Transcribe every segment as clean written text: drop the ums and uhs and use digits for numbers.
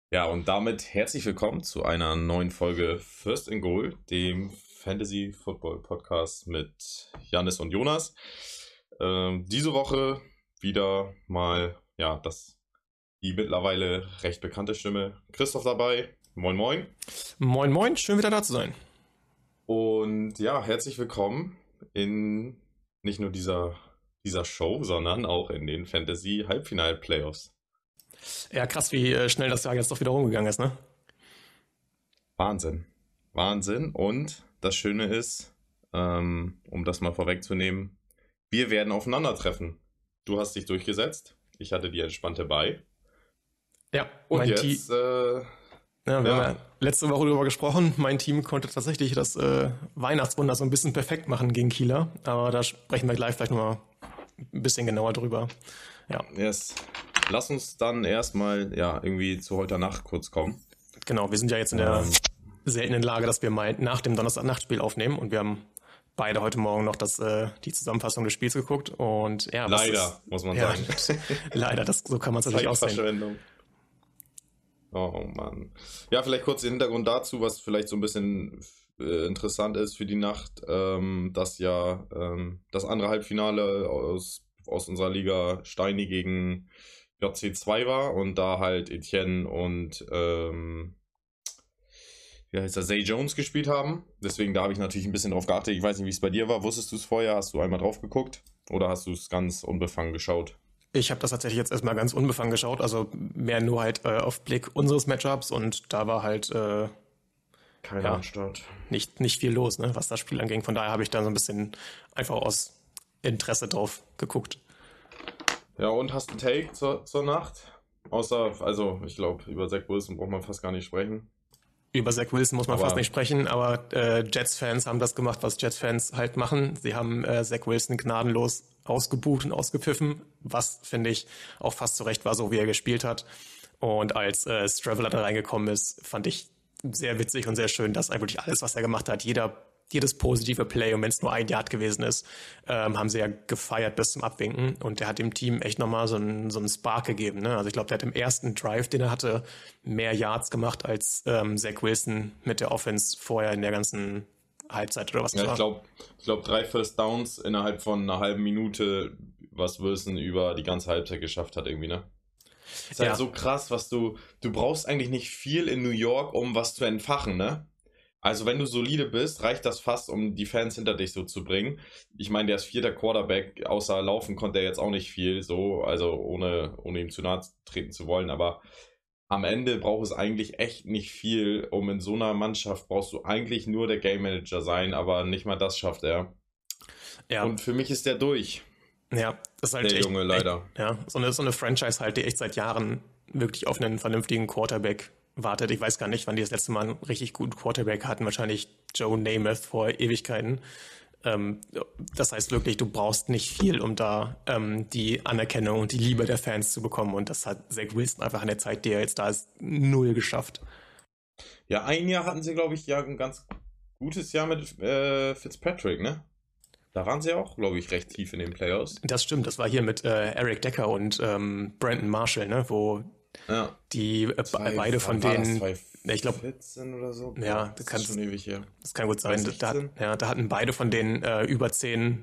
Ja, und damit herzlich willkommen zu einer neuen Folge First and Goal, dem Fantasy Football Podcast mit Jannis und Jonas. Diese Woche wieder mal, die mittlerweile recht bekannte Stimme Christoph dabei. Moin, moin. Moin, moin, schön wieder da zu sein. Und ja, herzlich willkommen in nicht nur dieser Show, sondern auch in den Fantasy Halbfinal-Playoffs. Ja, krass, wie schnell das Jahr jetzt doch wieder rumgegangen ist, ne? Wahnsinn. Wahnsinn. Und das Schöne ist, um das mal vorwegzunehmen, wir werden aufeinandertreffen. Du hast dich durchgesetzt. Ich hatte die entspannte bei. Ja, Und mein Team. jetzt, Ja, wir haben ja letzte Woche darüber gesprochen. Mein Team konnte tatsächlich das Weihnachtswunder so ein bisschen perfekt machen gegen Kieler. Aber da sprechen wir gleich vielleicht nochmal ein bisschen genauer drüber. Ja. yes. Lass uns dann erstmal irgendwie zu heute Nacht kurz kommen. Genau, wir sind ja jetzt in der seltenen Lage, dass wir mal nach dem Donnerstag-Nachtspiel aufnehmen. Und wir haben beide heute Morgen noch die Zusammenfassung des Spiels geguckt. Und ja, leider, muss man sagen. Leider, so kann man es natürlich aussehen. Oh Mann. Ja, vielleicht kurz den Hintergrund dazu, was vielleicht so ein bisschen interessant ist für die Nacht, dass ja das andere Halbfinale aus unserer Liga Steini gegen JC2 war und da halt Etienne und Zay Jones gespielt haben. Deswegen da habe ich natürlich ein bisschen drauf geachtet. Ich weiß nicht, wie es bei dir war. Wusstest du es vorher? Hast du einmal drauf geguckt? Oder hast du es ganz unbefangen geschaut? Ich habe das tatsächlich jetzt erstmal ganz unbefangen geschaut, also mehr nur halt auf Blick unseres Matchups und da war halt keiner am Start. Nicht viel los, ne, was das Spiel anging. Von daher habe ich da so ein bisschen einfach aus Interesse drauf geguckt. Ja, und hast du einen Take zur Nacht? Außer, also ich glaube, über Zach Wilson braucht man fast gar nicht sprechen. Über Zach Wilson muss man fast nicht sprechen, aber Jets-Fans haben das gemacht, was Jets-Fans halt machen. Sie haben Zach Wilson gnadenlos ausgebucht und ausgepfiffen, was, finde ich, auch fast zu Recht war, so wie er gespielt hat. Und als Straveller da reingekommen ist, fand ich sehr witzig und sehr schön, dass eigentlich alles, was er gemacht hat, jedes positive Play, und wenn es nur ein Yard gewesen ist, haben sie ja gefeiert bis zum Abwinken. Und der hat dem Team echt nochmal so einen Spark gegeben. Ne? Also ich glaube, der hat im ersten Drive, den er hatte, mehr Yards gemacht als Zach Wilson mit der Offense vorher in der ganzen Halbzeit oder was das war. Ich glaube 3 First Downs innerhalb von einer halben Minute, was Wilson über die ganze Halbzeit geschafft hat irgendwie, ne? Ist halt so krass, du brauchst eigentlich nicht viel in New York, um was zu entfachen, ne? Also wenn du solide bist, reicht das fast, um die Fans hinter dich so zu bringen. Ich meine, der ist 4. Quarterback, außer laufen konnte er jetzt auch nicht viel, so, also ohne ihm zu nahe treten zu wollen, aber am Ende braucht es eigentlich echt nicht viel, um in so einer Mannschaft brauchst du eigentlich nur der Game Manager sein, aber nicht mal das schafft er. Ja. Und für mich ist der durch. Ja, das ist halt der Junge leider. So eine Franchise halt, die echt seit Jahren wirklich auf einen vernünftigen Quarterback wartet. Ich weiß gar nicht, wann die das letzte Mal einen richtig guten Quarterback hatten. Wahrscheinlich Joe Namath vor Ewigkeiten. Das heißt wirklich, du brauchst nicht viel, um da die Anerkennung und die Liebe der Fans zu bekommen. Und das hat Zach Wilson einfach in der Zeit, die er jetzt da ist, 0 geschafft. Ja, ein Jahr hatten sie, glaube ich, ein ganz gutes Jahr mit Fitzpatrick, ne? Da waren sie auch, glaube ich, recht tief in den Playoffs. Das stimmt, das war hier mit Eric Decker und Brandon Marshall, ne? Wo die beide von denen, ich glaube, 14 oder so. Ja, das ist schon ewig her. Das kann gut sein. Da hatten beide von denen über 10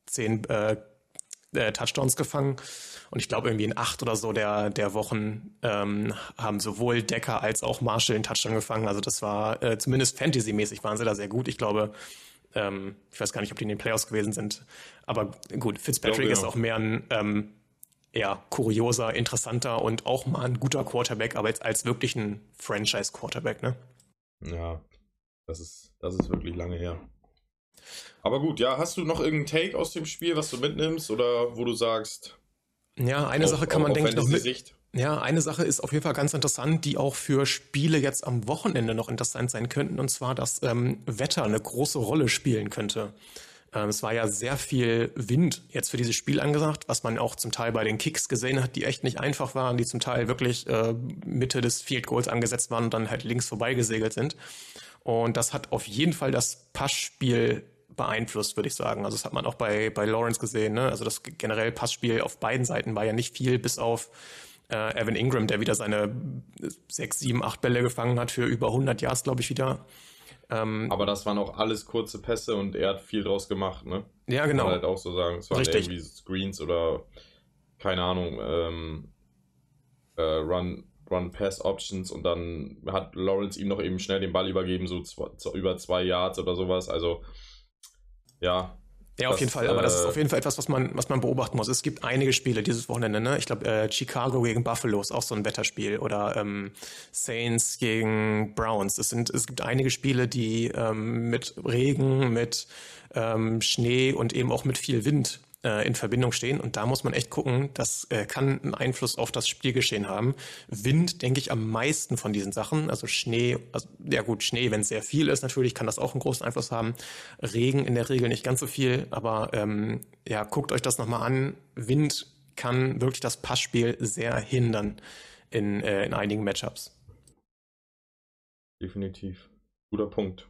Touchdowns gefangen. Und ich glaube, irgendwie in 8 oder so der Wochen haben sowohl Decker als auch Marshall einen Touchdown gefangen. Also das war zumindest Fantasy-mäßig waren sie da sehr gut. Ich glaube, ich weiß gar nicht, ob die in den Playoffs gewesen sind. Aber gut, Fitzpatrick ist auch mehr ein kurioser, interessanter und auch mal ein guter Quarterback, aber jetzt als wirklich ein Franchise-Quarterback, ne? Ja, das ist wirklich lange her. Aber gut, ja, hast du noch irgendeinen Take aus dem Spiel, was du mitnimmst oder wo du sagst? Ja, eine Sache kann man, denke ich, noch mit. Ja, eine Sache ist auf jeden Fall ganz interessant, die auch für Spiele jetzt am Wochenende noch interessant sein könnten, und zwar, dass Wetter eine große Rolle spielen könnte. Es war ja sehr viel Wind jetzt für dieses Spiel angesagt, was man auch zum Teil bei den Kicks gesehen hat, die echt nicht einfach waren, die zum Teil wirklich Mitte des Field Goals angesetzt waren und dann halt links vorbei gesegelt sind. Und das hat auf jeden Fall das Passspiel beeinflusst, würde ich sagen. Also das hat man auch bei Lawrence gesehen, ne? Also das generell Passspiel auf beiden Seiten war ja nicht viel, bis auf Evan Ingram, der wieder seine 6, 7, 8 Bälle gefangen hat für über 100 Yards, glaube ich, wieder. Aber das waren auch alles kurze Pässe und er hat viel draus gemacht, ne? Ja, genau. Kann man halt auch so sagen. Es waren irgendwie Screens oder, keine Ahnung, Run-Pass-Options und dann hat Lawrence ihm noch eben schnell den Ball übergeben, so über 2 Yards oder sowas. Also, ja. Ja, auf jeden Fall, aber das ist auf jeden Fall etwas, was man beobachten muss. Es gibt einige Spiele dieses Wochenende, ne? Ich glaube, Chicago gegen Buffalo ist auch so ein Wetterspiel oder Saints gegen Browns. Es gibt einige Spiele, die mit Regen, mit Schnee und eben auch mit viel Wind in Verbindung stehen. Und da muss man echt gucken, das kann einen Einfluss auf das Spielgeschehen haben. Wind, denke ich, am meisten von diesen Sachen. Also Schnee, ja gut, Schnee, wenn es sehr viel ist, natürlich kann das auch einen großen Einfluss haben. Regen in der Regel nicht ganz so viel, aber ja, guckt euch das nochmal an. Wind kann wirklich das Passspiel sehr hindern in einigen Matchups. Definitiv. Guter Punkt.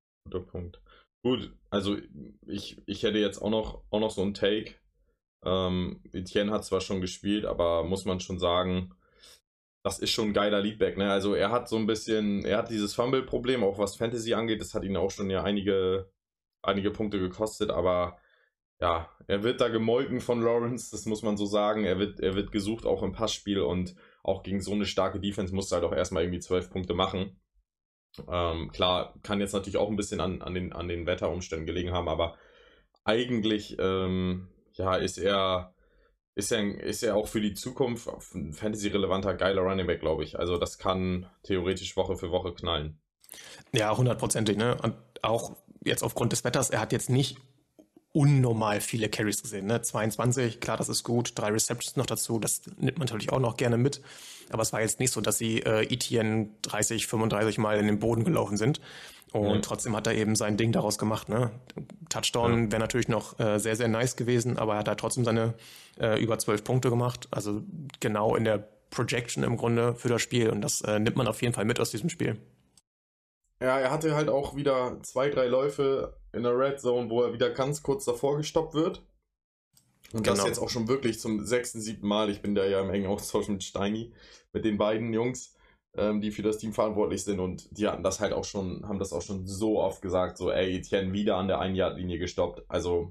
Gut, also ich hätte jetzt auch noch so einen Take. Etienne hat zwar schon gespielt, aber muss man schon sagen, das ist schon ein geiler Leadback, ne? Also er hat dieses Fumble-Problem, auch was Fantasy angeht, das hat ihn auch schon ja einige Punkte gekostet, aber ja, er wird da gemolken von Lawrence, das muss man so sagen. Er wird gesucht auch im Passspiel und auch gegen so eine starke Defense musst du halt auch erstmal irgendwie 12 Punkte machen. Klar, kann jetzt natürlich auch ein bisschen an den Wetterumständen gelegen haben, aber eigentlich ja, ist er auch für die Zukunft ein Fantasy-relevanter, geiler Running Back, glaube ich. Also das kann theoretisch Woche für Woche knallen. Ja, 100%, ne? Und auch jetzt aufgrund des Wetters, er hat jetzt nicht unnormal viele Carries gesehen, ne? 22, klar, das ist gut, 3 Receptions noch dazu, das nimmt man natürlich auch noch gerne mit, aber es war jetzt nicht so, dass sie Etienne 30, 35 Mal in den Boden gelaufen sind und trotzdem hat er eben sein Ding daraus gemacht, ne? Touchdown wäre natürlich noch sehr, sehr nice gewesen, aber er hat da trotzdem seine über 12 Punkte gemacht, also genau in der Projection im Grunde für das Spiel und das nimmt man auf jeden Fall mit aus diesem Spiel. Ja, er hatte halt auch wieder 2, 3 Läufe in der Red Zone, wo er wieder ganz kurz davor gestoppt wird. Und das jetzt auch schon wirklich zum 6., 7. Mal. Ich bin da ja im engen Austausch mit Steini, mit den beiden Jungs, die für das Team verantwortlich sind. Und die hatten das halt auch schon, haben das auch schon so oft gesagt, so ey, Etienne wieder an der 1-Yard-Linie gestoppt. Also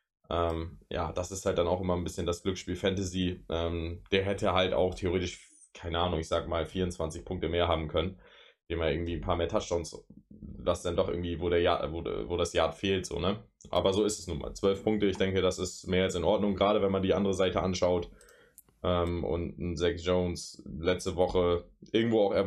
ja, das ist halt dann auch immer ein bisschen das Glücksspiel Fantasy. Der hätte halt auch theoretisch, keine Ahnung, ich sag mal 24 Punkte mehr haben können. Dem er irgendwie ein paar mehr Touchdowns, das dann doch irgendwie, wo das Yard fehlt, so, ne? Aber so ist es nun mal. 12 Punkte, ich denke, das ist mehr als in Ordnung, gerade wenn man die andere Seite anschaut. Und ein Zay Jones letzte Woche irgendwo auch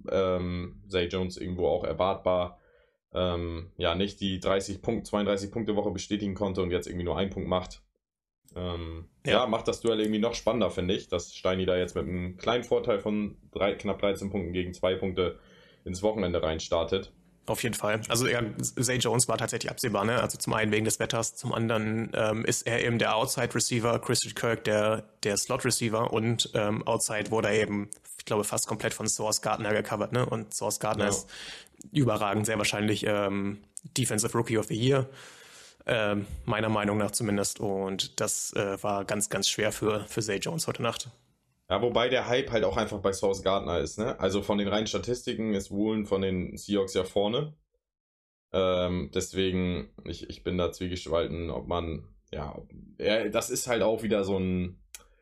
erwartbar, ja, nicht die 32 Punkte Woche bestätigen konnte und jetzt irgendwie nur einen Punkt macht. Ja, macht das Duell irgendwie noch spannender, finde ich, dass Steini da jetzt mit einem kleinen Vorteil von knapp 13 Punkten gegen 2 Punkte ins Wochenende reinstartet. Auf jeden Fall. Also Zay Jones war tatsächlich absehbar, ne? Also zum einen wegen des Wetters, zum anderen ist er eben der Outside-Receiver, Christian Kirk der Slot-Receiver und Outside wurde er eben, ich glaube, fast komplett von Sauce Gardner gecovert, ne? Und Sauce Gardner ist überragend, sehr wahrscheinlich Defensive Rookie of the Year, meiner Meinung nach zumindest. Und das war ganz, ganz schwer für Zay Jones heute Nacht. Ja, wobei der Hype halt auch einfach bei Sauce Gardner ist, ne? Also von den reinen Statistiken ist Woolen von den Seahawks ja vorne. Deswegen, ich bin da zwiegespalten, ob man, ja, das ist halt auch wieder so eine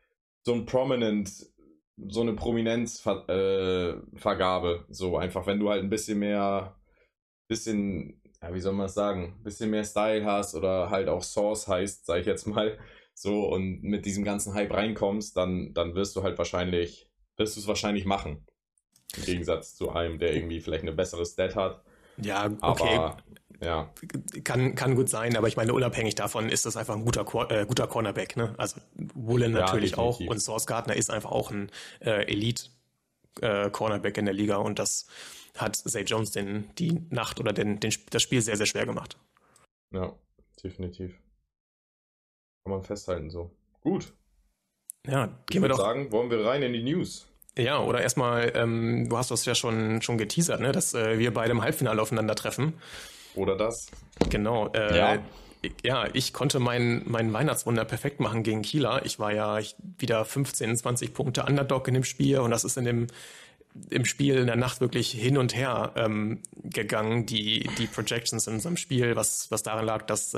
Prominenzvergabe. So einfach, wenn du halt ein bisschen mehr, ja, wie soll man das sagen, ein bisschen mehr Style hast oder halt auch Sauce heißt, sag ich jetzt mal, so und mit diesem ganzen Hype reinkommst, dann wirst du es wahrscheinlich machen. Im Gegensatz zu einem, der irgendwie vielleicht eine bessere Stat hat. Ja, okay. Aber, ja. Kann gut sein, aber ich meine, unabhängig davon ist das einfach ein guter Cornerback, ne? Also Woolen natürlich auch und Sauce Gardner ist einfach auch ein Elite Cornerback in der Liga und das hat Zay Jones die Nacht oder das Spiel sehr, sehr schwer gemacht. Ja, definitiv. Kann man festhalten so. Gut. Ja, ich würde sagen, wollen wir rein in die News? Ja, oder erstmal, du hast das ja schon geteasert, ne, dass wir beide im Halbfinale aufeinandertreffen. Oder das. Genau. Ja. ich konnte mein Weihnachtswunder perfekt machen gegen Kieler. Ich war ja wieder 15, 20 Punkte Underdog in dem Spiel und das ist im Spiel in der Nacht wirklich hin und her gegangen, die Projections in unserem Spiel, was daran lag, dass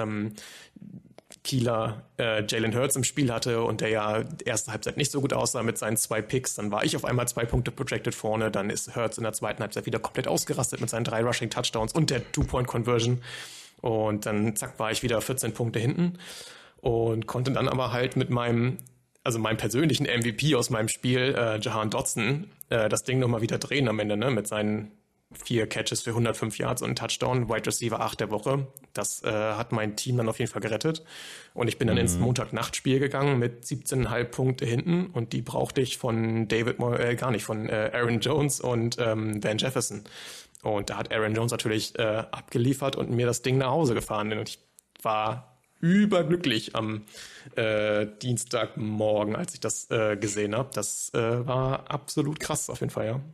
Kieler Jalen Hurts im Spiel hatte und der ja erste Halbzeit nicht so gut aussah mit seinen 2 Picks. Dann war ich auf einmal 2 Punkte projected vorne. Dann ist Hurts in der zweiten Halbzeit wieder komplett ausgerastet mit seinen 3 Rushing Touchdowns und der 2-Point-Conversion. Und dann, zack, war ich wieder 14 Punkte hinten und konnte dann aber halt mit meinem persönlichen MVP aus meinem Spiel, Jahan Dotson, das Ding nochmal wieder drehen am Ende, ne, mit seinen 4 Catches für 105 Yards und einen Touchdown, Wide Receiver 8 der Woche. Das hat mein Team dann auf jeden Fall gerettet. Und ich bin dann ins Montagnachtspiel gegangen mit 17,5 Punkte hinten und die brauchte ich von von Aaron Jones und Van Jefferson. Und da hat Aaron Jones natürlich abgeliefert und mir das Ding nach Hause gefahren. Und ich war überglücklich am Dienstagmorgen, als ich das gesehen habe. Das war absolut krass auf jeden Fall, ja.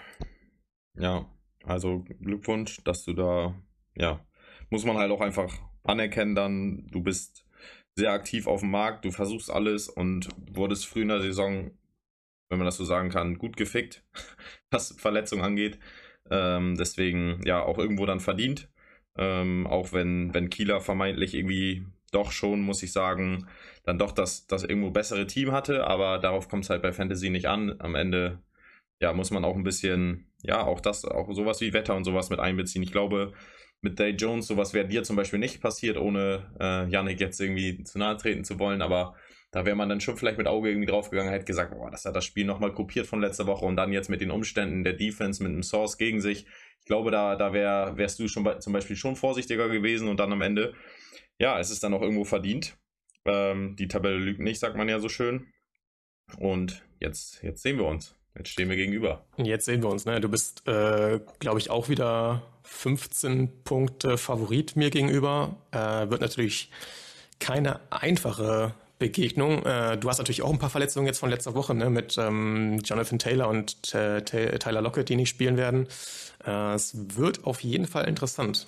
Ja, also Glückwunsch, dass du da, ja, muss man halt auch einfach anerkennen dann, du bist sehr aktiv auf dem Markt, du versuchst alles und wurdest früh in der Saison, wenn man das so sagen kann, gut gefickt, was Verletzungen angeht. Deswegen ja auch irgendwo dann verdient. Auch wenn Kieler vermeintlich irgendwie doch schon, muss ich sagen, dann doch das irgendwo bessere Team hatte, aber darauf kommt es halt bei Fantasy nicht an. Am Ende ja, muss man auch ein bisschen, ja, auch sowas wie Wetter und sowas mit einbeziehen. Ich glaube, mit Day Jones, sowas wäre dir zum Beispiel nicht passiert, ohne Yannick jetzt irgendwie zu nahe treten zu wollen, aber da wäre man dann schon vielleicht mit Auge irgendwie draufgegangen, hätte gesagt, boah, das hat das Spiel nochmal kopiert von letzter Woche und dann jetzt mit den Umständen der Defense, mit einem Source gegen sich. Ich glaube, da wärst du zum Beispiel schon vorsichtiger gewesen und dann am Ende, ja, es ist dann auch irgendwo verdient. Die Tabelle lügt nicht, sagt man ja so schön. Und jetzt sehen wir uns. Jetzt stehen wir gegenüber. Jetzt sehen wir uns, ne? Du bist, glaube ich, auch wieder 15 Punkte Favorit mir gegenüber. Wird natürlich keine einfache Begegnung. Du hast natürlich auch ein paar Verletzungen jetzt von letzter Woche, ne? Mit Jonathan Taylor und Tyler Lockett, die nicht spielen werden. Es wird auf jeden Fall interessant.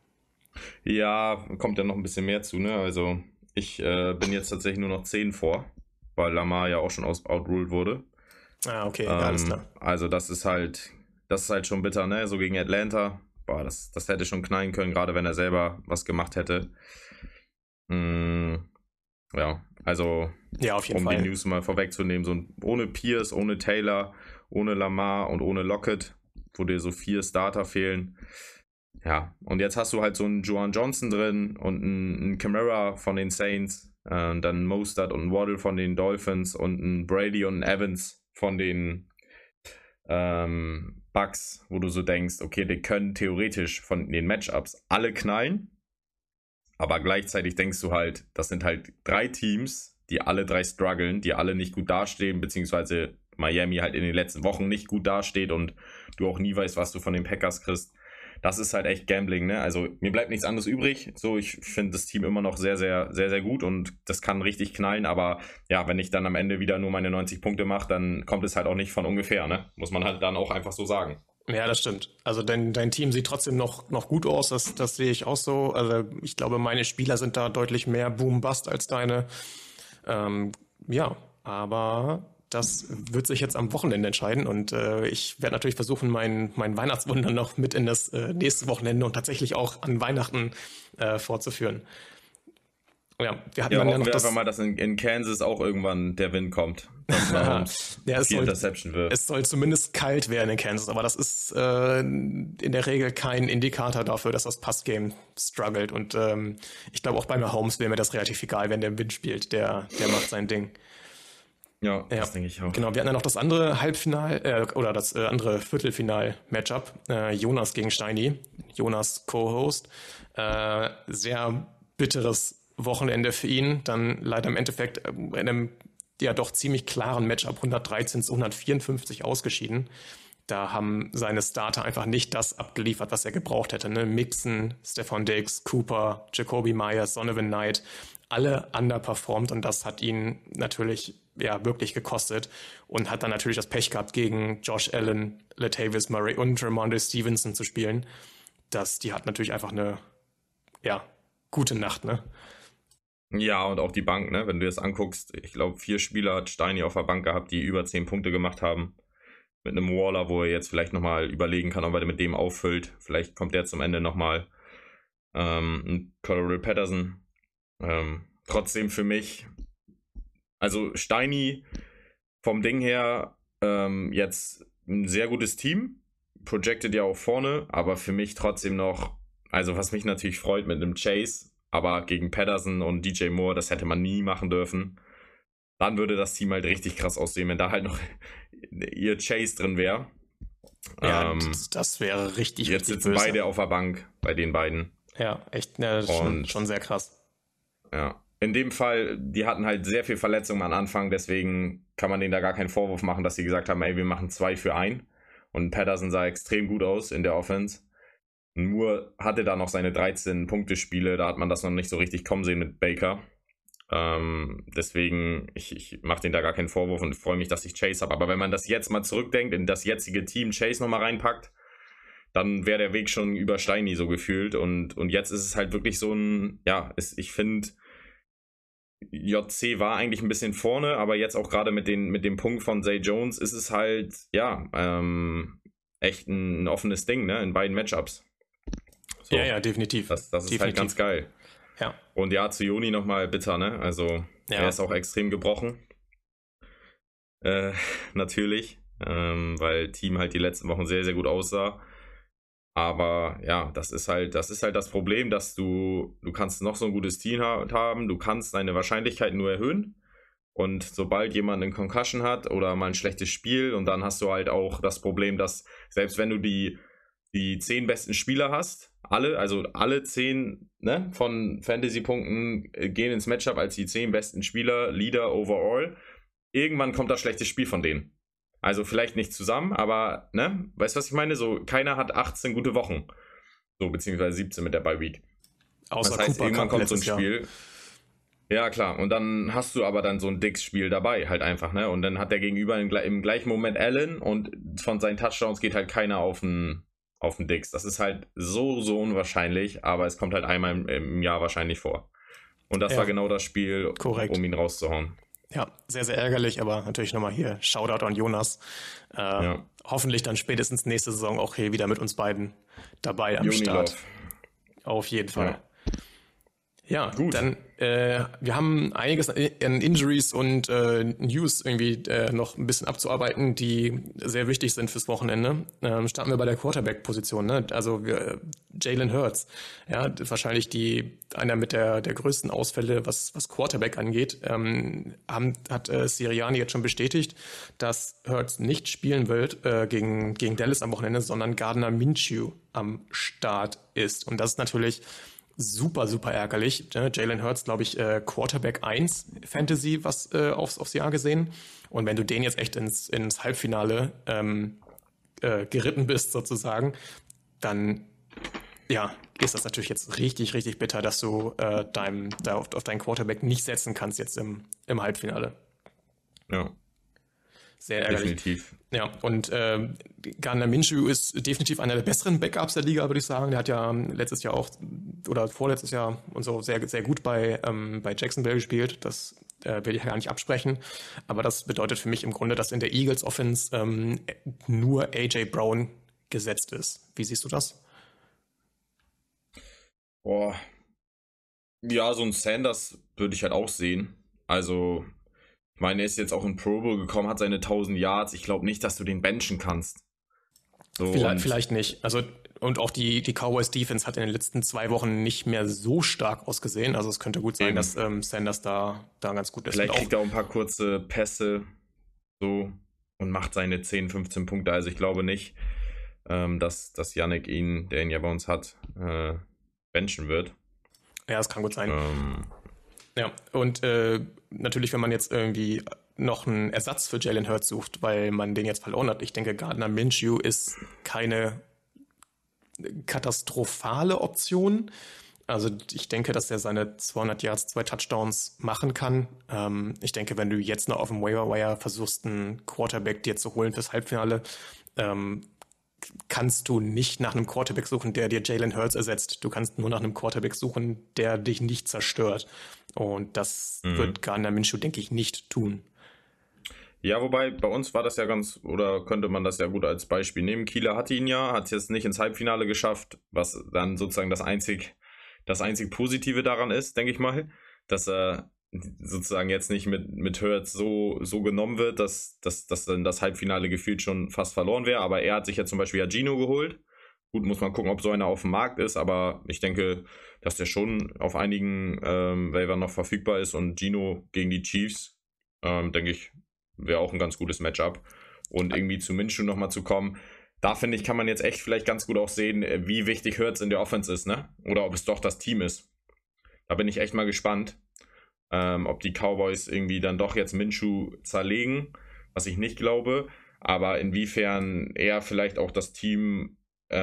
Ja, kommt ja noch ein bisschen mehr zu, ne? Also ich bin jetzt tatsächlich nur noch 10 vor, weil Lamar ja auch schon outruled wurde. Ah, okay, ja, alles klar. Also das ist halt schon bitter, ne? So gegen Atlanta. Boah, das hätte schon knallen können, gerade wenn er selber was gemacht hätte. Ja, also ja, auf jeden Fall. Die News mal vorwegzunehmen, so ohne Pierce, ohne Taylor, ohne Lamar und ohne Lockett, wo dir so 4 Starter fehlen. Ja, und jetzt hast du halt so einen Juwan Johnson drin und einen Kamara von den Saints, dann einen Mostert und einen Waddle von den Dolphins und einen Brady und einen Evans von den Bucks, wo du so denkst, okay, die können theoretisch von den Matchups alle knallen, aber gleichzeitig denkst du halt, das sind halt 3 Teams, die alle 3 strugglen, die alle nicht gut dastehen, beziehungsweise Miami halt in den letzten Wochen nicht gut dasteht und du auch nie weißt, was du von den Packers kriegst. Das ist halt echt Gambling, ne? Also mir bleibt nichts anderes übrig. So, ich finde das Team immer noch sehr, sehr, sehr, sehr gut und das kann richtig knallen, aber ja, wenn ich dann am Ende wieder nur meine 90 Punkte mache, dann kommt es halt auch nicht von ungefähr, ne? Muss man halt dann auch einfach so sagen. Ja, das stimmt. Also dein Team sieht trotzdem noch gut aus, das sehe ich auch so. Also ich glaube, meine Spieler sind da deutlich mehr Boom-Bust als deine. Ja, aber das wird sich jetzt am Wochenende entscheiden und ich werde natürlich versuchen, mein Weihnachtswunder noch mit in das nächste Wochenende und tatsächlich auch an Weihnachten fortzuführen. Ja, wir hatten dann ja noch das... mal, dass in Kansas auch irgendwann der Wind kommt. Dass da uns viel Interception wird. Es soll zumindest kalt werden in Kansas, aber das ist in der Regel kein Indikator dafür, dass das Passgame struggelt. Und ich glaube, auch bei Mahomes wäre mir das relativ egal, wenn der im Wind spielt. Der macht sein Ding. Ja, das denke ich auch. Genau, wir hatten dann noch das andere oder das andere Viertelfinal-Matchup. Jonas gegen Steini. Jonas Co-Host. Sehr bitteres Wochenende für ihn. Dann leider im Endeffekt in einem ja doch ziemlich klaren Matchup 113 zu 154 ausgeschieden. Da haben seine Starter einfach nicht das abgeliefert, was er gebraucht hätte. Ne? Mixon, Stephon Diggs, Cooper, Jacoby Myers, Donovan Knight, alle underperformed und das hat ihn natürlich ja wirklich gekostet und hat dann natürlich das Pech gehabt, gegen Josh Allen, Latavius Murray und Ramondre Stevenson zu spielen. Die hat natürlich einfach eine gute Nacht, ne? Ja, und auch die Bank, ne? Wenn du das anguckst, ich glaube, 4 Spieler hat Steini auf der Bank gehabt, die über 10 Punkte gemacht haben. Mit einem Waller, wo er jetzt vielleicht nochmal überlegen kann, ob er mit dem auffüllt. Vielleicht kommt der zum Ende nochmal. Cordarrelle Patterson. Trotzdem für mich, also Steini vom Ding her jetzt ein sehr gutes Team. Projected ja auch vorne, aber für mich trotzdem noch, also was mich natürlich freut mit einem Chase, aber gegen Patterson und DJ Moore, das hätte man nie machen dürfen. Dann würde das Team halt richtig krass aussehen, wenn da halt noch ihr Chase drin wäre. Ja, das wäre richtig, jetzt sitzen böse. Beide auf der Bank bei den beiden. Ja, echt, ja, das ist schon sehr krass. Ja, in dem Fall, die hatten halt sehr viel Verletzungen am Anfang, deswegen kann man denen da gar keinen Vorwurf machen, dass sie gesagt haben, ey, wir machen 2 für 1. Und Patterson sah extrem gut aus in der Offense. Moore hatte da noch seine 13-Punkte-Spiele, da hat man das noch nicht so richtig kommen sehen mit Baker. Deswegen, ich mache denen da gar keinen Vorwurf und freue mich, dass ich Chase habe. Aber wenn man das jetzt mal zurückdenkt, in das jetzige Team Chase nochmal reinpackt, dann wäre der Weg schon über Steini so gefühlt. Und jetzt ist es halt wirklich so ein, ja, ich finde, JC war eigentlich ein bisschen vorne, aber jetzt auch gerade mit dem Punkt von Zay Jones ist es halt, ja, echt ein offenes Ding, ne, in beiden Matchups. So, ja, definitiv. Das ist halt ganz geil. Ja. Und ja, zu Joni nochmal bitter, ne? Also, er ist auch extrem gebrochen. Natürlich. Weil Team halt die letzten Wochen sehr, sehr gut aussah. Aber ja, das ist halt das Problem, dass du kannst noch so ein gutes Team haben, du kannst deine Wahrscheinlichkeit nur erhöhen. Und sobald jemand eine Concussion hat oder mal ein schlechtes Spiel, und dann hast du halt auch das Problem, dass selbst wenn du die 10 besten Spieler hast, alle 10, ne, von Fantasy-Punkten gehen ins Matchup als die 10 besten Spieler, Leader overall. Irgendwann kommt das schlechte Spiel von denen. Also vielleicht nicht zusammen, aber, ne, weißt du, was ich meine? So, keiner hat 18 gute Wochen. So, beziehungsweise 17 mit der Bye-Week. Außer das heißt, Cooper irgendwann kommt so ein Spiel. Jahr. Ja, klar. Und dann hast du aber dann so ein Dix-Spiel dabei, halt einfach, ne? Und dann hat der Gegenüber im gleichen Moment Allen und von seinen Touchdowns geht halt keiner auf den Dix. Das ist halt so unwahrscheinlich, aber es kommt halt einmal im Jahr wahrscheinlich vor. Und das war genau das Spiel, korrekt, um ihn rauszuhauen. Ja, sehr, sehr ärgerlich, aber natürlich nochmal hier Shoutout an Jonas. Hoffentlich dann spätestens nächste Saison auch hier wieder mit uns beiden dabei am Start. Auf jeden Fall. Ja, gut. Dann wir haben einiges an Injuries und News irgendwie noch ein bisschen abzuarbeiten, die sehr wichtig sind fürs Wochenende. Starten wir bei der Quarterback-Position, ne? Also Jalen Hurts, ja, wahrscheinlich einer mit der größten Ausfälle, was Quarterback angeht, hat Sirianni jetzt schon bestätigt, dass Hurts nicht spielen wird gegen Dallas am Wochenende, sondern Gardner Minshew am Start ist. Und das ist natürlich super, super ärgerlich. Jalen Hurts, glaube ich, Quarterback 1 Fantasy aufs Jahr gesehen. Und wenn du den jetzt echt ins Halbfinale geritten bist sozusagen, dann ja, ist das natürlich jetzt richtig, richtig bitter, dass du auf deinen Quarterback nicht setzen kannst jetzt im Halbfinale. Ja. Sehr ärgerlich. Definitiv. Ja, und Gardner Minshew ist definitiv einer der besseren Backups der Liga, würde ich sagen. Der hat ja letztes Jahr auch oder vorletztes Jahr und so sehr, sehr gut bei Jacksonville gespielt. Das will ich gar nicht absprechen. Aber das bedeutet für mich im Grunde, dass in der Eagles Offense nur AJ Brown gesetzt ist. Wie siehst du das? Boah. Ja, so ein Sanders würde ich halt auch sehen. Also, ich meine, er ist jetzt auch in Pro Bowl gekommen, hat seine 1000 Yards. Ich glaube nicht, dass du den benchen kannst. So, vielleicht nicht. Also, und auch die Cowboys Defense hat in den letzten 2 Wochen nicht mehr so stark ausgesehen. Also es könnte gut sein, dass Sanders da ganz gut ist. Vielleicht kriegt er auch ein paar kurze Pässe so und macht seine 10, 15 Punkte. Also ich glaube nicht, dass Yannick der ihn ja bei uns hat, benchen wird. Ja, das kann gut sein. Ja, und natürlich, wenn man jetzt irgendwie noch einen Ersatz für Jalen Hurts sucht, weil man den jetzt verloren hat. Ich denke, Gardner Minshew ist keine katastrophale Option. Also ich denke, dass er seine 200 Yards, 2 Touchdowns machen kann. Ich denke, wenn du jetzt noch auf dem Waiver Wire versuchst, einen Quarterback dir zu holen fürs Halbfinale, kannst du nicht nach einem Quarterback suchen, der dir Jalen Hurts ersetzt. Du kannst nur nach einem Quarterback suchen, der dich nicht zerstört. Und das wird Gardner Minshew, denke ich, nicht tun. Ja, wobei bei uns war das ja oder könnte man das ja gut als Beispiel nehmen. Kieler hatte ihn ja, hat es jetzt nicht ins Halbfinale geschafft, was dann sozusagen das einzig Positive daran ist, denke ich mal, dass er sozusagen jetzt nicht mit Hurts so genommen wird, dass dann das Halbfinale gefühlt schon fast verloren wäre. Aber er hat sich ja zum Beispiel Gino geholt. Gut, muss man gucken, ob so einer auf dem Markt ist, aber ich denke, dass der schon auf einigen Waivern noch verfügbar ist und Gino gegen die Chiefs, denke ich, wäre auch ein ganz gutes Matchup. Und irgendwie zu Minshew nochmal zu kommen, da finde ich, kann man jetzt echt vielleicht ganz gut auch sehen, wie wichtig Hurts in der Offense ist, ne? Oder ob es doch das Team ist. Da bin ich echt mal gespannt, ob die Cowboys irgendwie dann doch jetzt Minshew zerlegen, was ich nicht glaube, aber inwiefern er vielleicht auch das Team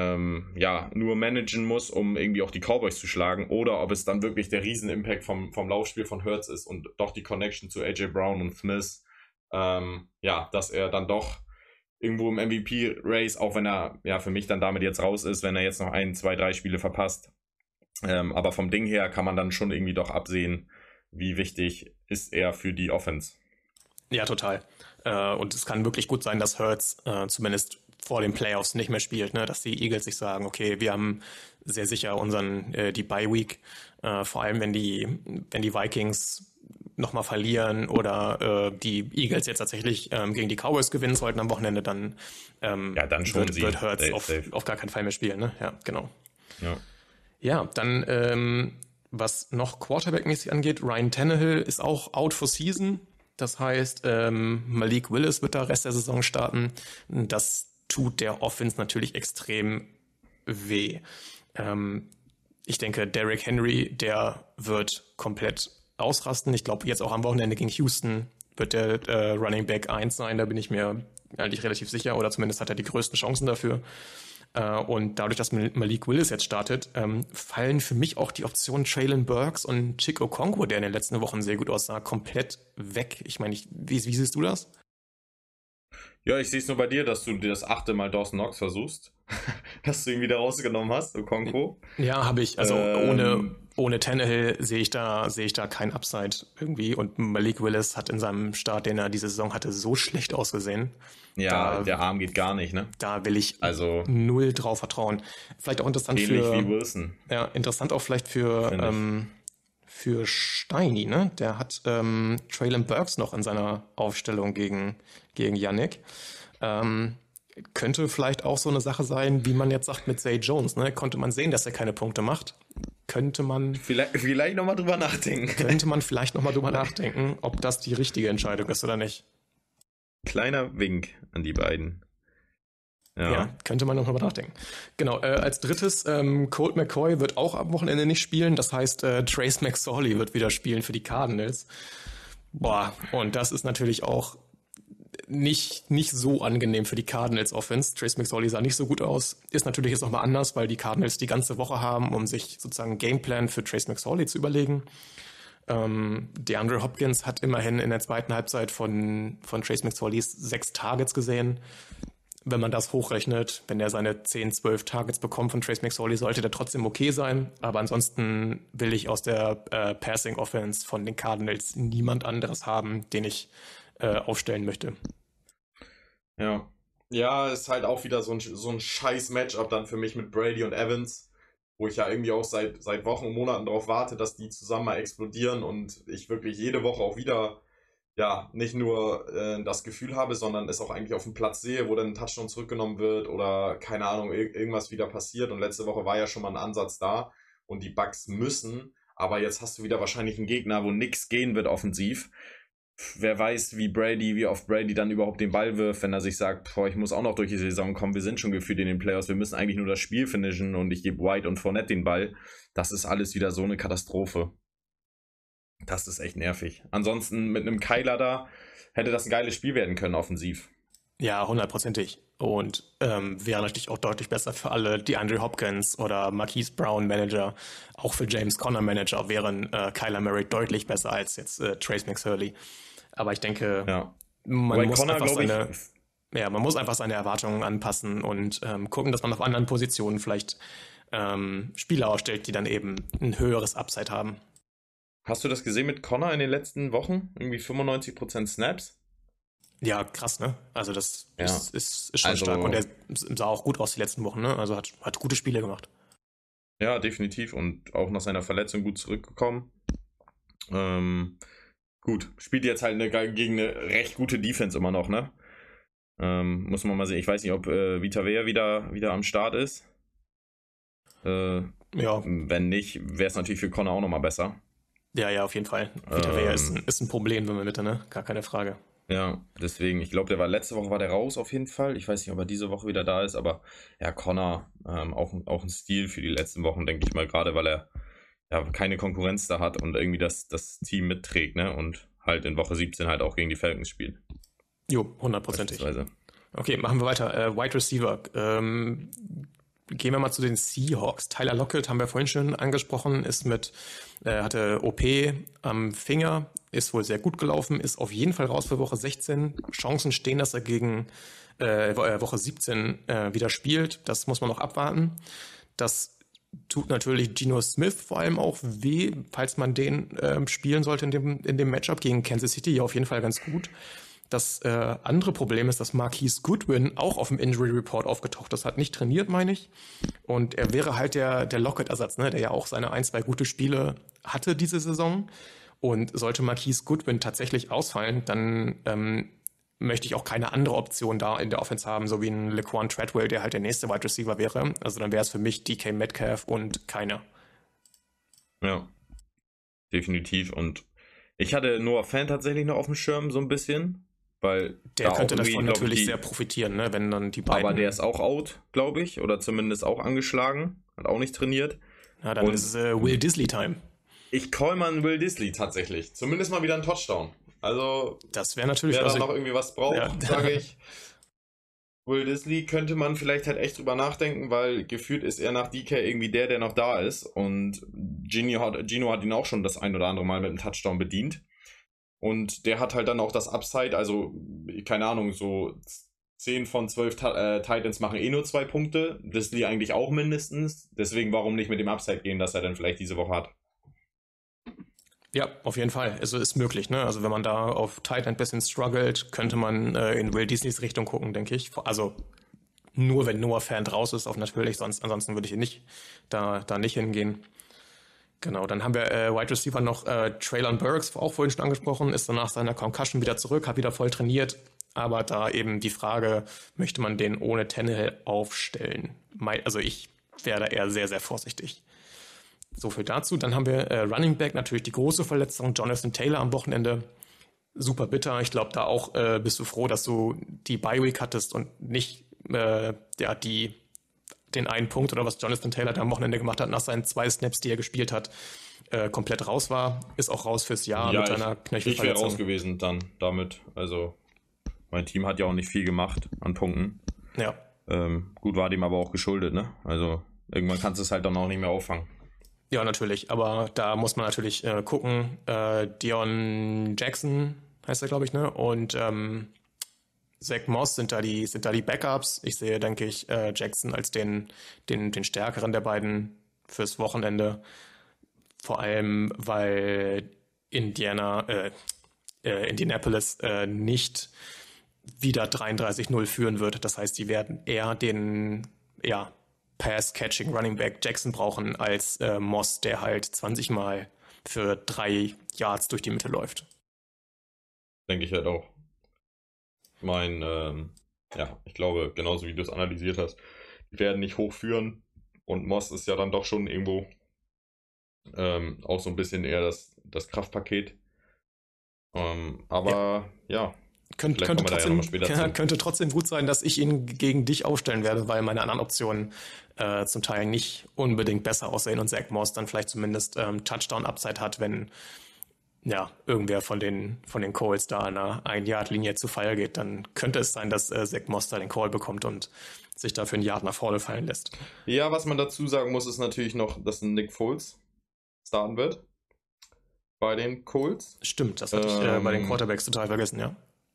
nur managen muss, um irgendwie auch die Cowboys zu schlagen, oder ob es dann wirklich der Riesen-Impact vom Laufspiel von Hurts ist und doch die Connection zu AJ Brown und Smith, dass er dann doch irgendwo im MVP-Race, auch wenn er für mich dann damit jetzt raus ist, wenn er jetzt noch 1, 2, 3 Spiele verpasst. Aber vom Ding her kann man dann schon irgendwie doch absehen, wie wichtig ist er für die Offense. Ja, total. Und es kann wirklich gut sein, dass Hurts zumindest vor den Playoffs nicht mehr spielt, ne? Dass die Eagles sich sagen, okay, wir haben sehr sicher die Bye-Week, vor allem wenn die Vikings nochmal verlieren oder die Eagles jetzt tatsächlich gegen die Cowboys gewinnen sollten am Wochenende, dann, dann schon wird Hurts auf gar keinen Fall mehr spielen. Ne? Ja, genau. Ja, dann was noch Quarterback-mäßig angeht, Ryan Tannehill ist auch out for season. Das heißt, Malik Willis wird da Rest der Saison starten. Das tut der Offense natürlich extrem weh. Ich denke, Derrick Henry, der wird komplett ausrasten. Ich glaube, jetzt auch am Wochenende gegen Houston wird der Running Back 1 sein. Da bin ich mir eigentlich relativ sicher, oder zumindest hat er die größten Chancen dafür. Und dadurch, dass Malik Willis jetzt startet, fallen für mich auch die Optionen Traylon Burks und Chick Okonkwo, der in den letzten Wochen sehr gut aussah, komplett weg. Ich meine, wie siehst du das? Ja, ich sehe es nur bei dir, dass du dir das 8. Mal Dawson Knox versuchst. Dass du ihn wieder rausgenommen hast, Okonkwo. Ja, habe ich. Also ohne Tannehill sehe ich da kein Upside irgendwie. Und Malik Willis hat in seinem Start, den er diese Saison hatte, so schlecht ausgesehen. Ja, der Arm geht gar nicht, ne? Da will ich null drauf vertrauen. Vielleicht auch interessant ähnlich wie Wilson. Ja, interessant auch vielleicht für Steini, ne? Der hat Traylon Burks noch in seiner Aufstellung gegen Yannick. Könnte vielleicht auch so eine Sache sein, wie man jetzt sagt mit Zay Jones, ne? Konnte man sehen, dass er keine Punkte macht. Könnte man vielleicht nochmal drüber nachdenken. Könnte man vielleicht nochmal drüber nachdenken, ob das die richtige Entscheidung ist oder nicht. Kleiner Wink an die beiden. Ja, könnte man nochmal nachdenken. Genau, als drittes, Colt McCoy wird auch am Wochenende nicht spielen. Das heißt, Trace McSorley wird wieder spielen für die Cardinals. Boah, und das ist natürlich auch nicht so angenehm für die Cardinals Offense. Trace McSorley sah nicht so gut aus. Ist natürlich jetzt nochmal anders, weil die Cardinals die ganze Woche haben, um sich sozusagen einen Gameplan für Trace McSorley zu überlegen. DeAndre Hopkins hat immerhin in der zweiten Halbzeit von Trace McSorleys 6 Targets gesehen. Wenn man das hochrechnet, wenn er seine 10, 12 Targets bekommt von Trace McSorley, sollte der trotzdem okay sein. Aber ansonsten will ich aus der Passing Offense von den Cardinals niemand anderes haben, den ich aufstellen möchte. Ja, ist halt auch wieder so ein scheiß Matchup dann für mich mit Brady und Evans, wo ich ja irgendwie auch seit Wochen und Monaten darauf warte, dass die zusammen mal explodieren und ich wirklich jede Woche auch wieder nicht nur das Gefühl habe, sondern es auch eigentlich auf dem Platz sehe, wo dann ein Touchdown zurückgenommen wird oder keine Ahnung, irgendwas wieder passiert. Und letzte Woche war ja schon mal ein Ansatz da und die Bucks müssen, aber jetzt hast du wieder wahrscheinlich einen Gegner, wo nichts gehen wird offensiv. Wer weiß, wie oft Brady dann überhaupt den Ball wirft, wenn er sich sagt, ich muss auch noch durch die Saison kommen, wir sind schon gefühlt in den Playoffs, wir müssen eigentlich nur das Spiel finishen und ich gebe White und Fournette den Ball. Das ist alles wieder so eine Katastrophe. Das ist echt nervig. Ansonsten mit einem Kyler da hätte das ein geiles Spiel werden können, offensiv. Ja, 100%. Und wäre natürlich auch deutlich besser für alle DeAndre Hopkins oder Marquise Brown Manager. Auch für James Conner Manager wären Kyler Murray deutlich besser als jetzt Trace McSorley. Aber ich denke, man muss Conner, einfach Ja, man muss einfach seine Erwartungen anpassen und gucken, dass man auf anderen Positionen vielleicht Spieler ausstellt, die dann eben ein höheres Upside haben. Hast du das gesehen mit Connor in den letzten Wochen? Irgendwie 95% Snaps? Ja, krass, ne? Also das Ja. ist schon stark. Und er sah auch gut aus die letzten Wochen, ne? Also hat gute Spiele gemacht. Ja, definitiv. Und auch nach seiner Verletzung gut zurückgekommen. Gut, spielt jetzt halt gegen eine recht gute Defense immer noch, ne? Muss man mal sehen. Ich weiß nicht, ob Vita Vea wieder am Start ist. Ja. Wenn nicht, wäre es natürlich für Connor auch nochmal besser. Ja, auf jeden Fall. Vita Vea ist ein Problem in der Mitte, ne? Gar keine Frage. Ja, deswegen, ich glaube, letzte Woche war der raus auf jeden Fall. Ich weiß nicht, ob er diese Woche wieder da ist, aber ja, Connor, auch ein Stil für die letzten Wochen, denke ich mal, gerade weil er ja keine Konkurrenz da hat und irgendwie das Team mitträgt, ne? Und halt in Woche 17 halt auch gegen die Falcons spielt. Jo, 100%. Okay, machen wir weiter. Wide Receiver. Gehen wir mal zu den Seahawks. Tyler Lockett haben wir vorhin schon angesprochen, hatte OP am Finger, ist wohl sehr gut gelaufen, ist auf jeden Fall raus für Woche 16. Chancen stehen, dass er gegen Woche 17 wieder spielt. Das muss man noch abwarten. Das tut natürlich Geno Smith vor allem auch weh, falls man den spielen sollte in dem Matchup gegen Kansas City. Ja, auf jeden Fall ganz gut. Das andere Problem ist, dass Marquise Goodwin auch auf dem Injury Report aufgetaucht ist. Hat nicht trainiert, meine ich. Und er wäre halt der Lockett-Ersatz, ne? Der ja auch seine 1-2 gute Spiele hatte diese Saison. Und sollte Marquise Goodwin tatsächlich ausfallen, dann möchte ich auch keine andere Option da in der Offense haben, so wie ein Laquan Treadwell, der halt der nächste Wide Receiver wäre. Also dann wäre es für mich DK Metcalf und keiner. Ja, definitiv. Und ich hatte Noah Fant tatsächlich noch auf dem Schirm, so ein bisschen. Weil der könnte davon natürlich sehr profitieren, ne, wenn dann die beiden... Aber der ist auch out, glaube ich, oder zumindest auch angeschlagen, hat auch nicht trainiert. Ja, dann ist es Will Disley-Time. Ich call mal einen Will Disley tatsächlich. Zumindest mal wieder einen Touchdown. Also, das wäre natürlich... Wer da noch irgendwie was braucht, sage ich. Will Disley könnte man vielleicht halt echt drüber nachdenken, weil gefühlt ist er nach DK irgendwie der noch da ist. Und Gino hat ihn auch schon das ein oder andere Mal mit einem Touchdown bedient. Und der hat halt dann auch das Upside, also, keine Ahnung, so 10 von 12 Titans machen nur 2 Punkte. Disley eigentlich auch mindestens. Deswegen, warum nicht mit dem Upside gehen, dass er dann vielleicht diese Woche hat? Ja, auf jeden Fall. Also ist möglich, ne? Also wenn man da auf Tight End ein bisschen struggelt, könnte man in Will Disneys Richtung gucken, denke ich. Also nur wenn Noah Fant raus ist, auch natürlich, ansonsten würde ich nicht da nicht hingehen. Genau, dann haben wir Wide Receiver noch Traylon Burks, auch vorhin schon angesprochen, ist dann nach seiner Concussion wieder zurück, hat wieder voll trainiert, aber da eben die Frage, möchte man den ohne Tannehill aufstellen? Also ich wäre da eher sehr, sehr vorsichtig. So viel dazu. Dann haben wir Running Back, natürlich die große Verletzung, Jonathan Taylor am Wochenende. Super bitter. Ich glaube, da auch bist du froh, dass du die Bye-Week hattest und nicht den einen Punkt oder was Jonathan Taylor da am Wochenende gemacht hat, nach seinen 2 Snaps, die er gespielt hat, komplett raus war. Ist auch raus fürs Jahr mit einer Knöchelverletzung. Ich wäre raus gewesen dann damit. Also mein Team hat ja auch nicht viel gemacht an Punkten. Ja. Gut, war dem aber auch geschuldet, ne? Also irgendwann kannst du es halt dann auch nicht mehr auffangen. Ja, natürlich. Aber da muss man natürlich gucken. Dion Jackson heißt er, glaube ich, ne? Und Zach Moss sind da die Backups. Ich sehe, denke ich, Jackson als den stärkeren der beiden fürs Wochenende. Vor allem, weil Indianapolis nicht wieder 33-0 führen wird. Das heißt, die werden eher den Pass-Catching Running Back Jackson brauchen als Moss, der halt 20 Mal für 3 Yards durch die Mitte läuft. Denke ich halt auch. Ich glaube, genauso wie du es analysiert hast, die werden nicht hochführen und Moss ist ja dann doch schon irgendwo auch so ein bisschen eher das Kraftpaket. Könnte trotzdem gut sein, dass ich ihn gegen dich aufstellen werde, weil meine anderen Optionen zum Teil nicht unbedingt besser aussehen und Zach Moss dann vielleicht zumindest Touchdown-Upside hat, wenn irgendwer von den Calls da an einer 1-Yard-Linie zu Fall geht, dann könnte es sein, dass Zach Moss da den Call bekommt und sich dafür einen Yard nach vorne fallen lässt. Ja, was man dazu sagen muss, ist natürlich noch, dass Nick Foles starten wird bei den Colts. Stimmt, das hatte ich bei den Quarterbacks total vergessen, ja.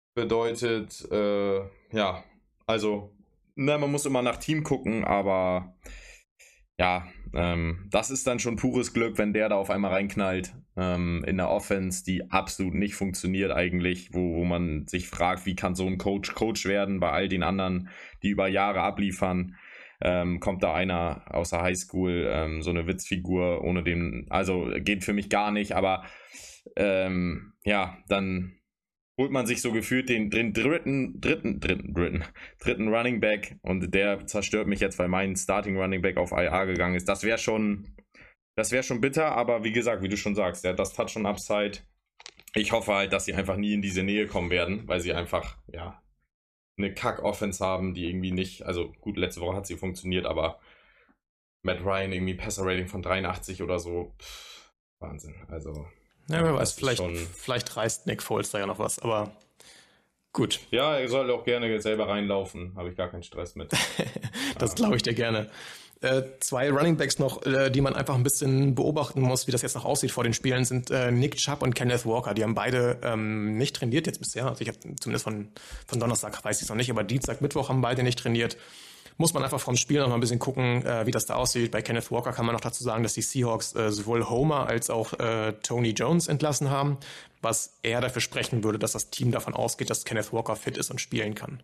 Bedeutet, ja, also, man muss immer nach Team gucken, aber ja, das ist dann schon pures Glück, wenn der da auf einmal reinknallt in der Offense, die absolut nicht funktioniert eigentlich, wo man sich fragt, wie kann so ein Coach werden bei all den anderen, die über Jahre abliefern. Kommt da einer aus der Highschool, so eine Witzfigur, ohne den, also geht für mich gar nicht, aber ja, dann holt man sich so gefühlt den dritten Running Back und der zerstört mich jetzt, weil mein Starting Running Back auf IR gegangen ist. Das wäre schon bitter, aber wie gesagt, wie du schon sagst, der hat das Touch und Upside. Ich hoffe halt, dass sie einfach nie in diese Nähe kommen werden, weil sie einfach, ja, eine Kack-Offense haben, die irgendwie nicht, also gut, letzte Woche hat sie funktioniert, aber Matt Ryan irgendwie Passer-Rating von 83 oder so, Wahnsinn, also. Ja, wer weiß, vielleicht reißt Nick Foles da ja noch was, aber gut. Ja, er soll auch gerne selber reinlaufen, habe ich gar keinen Stress mit. Das glaube ich dir gerne. 2 Runningbacks noch, die man einfach ein bisschen beobachten muss, wie das jetzt noch aussieht vor den Spielen, sind Nick Chubb und Kenneth Walker. Die haben beide nicht trainiert jetzt bisher. Also ich habe zumindest von Donnerstag, weiß ich es noch nicht, aber Dienstag, Mittwoch haben beide nicht trainiert. Muss man einfach vom Spiel noch mal ein bisschen gucken, wie das da aussieht. Bei Kenneth Walker kann man noch dazu sagen, dass die Seahawks sowohl Homer als auch Tony Jones entlassen haben, was eher dafür sprechen würde, dass das Team davon ausgeht, dass Kenneth Walker fit ist und spielen kann.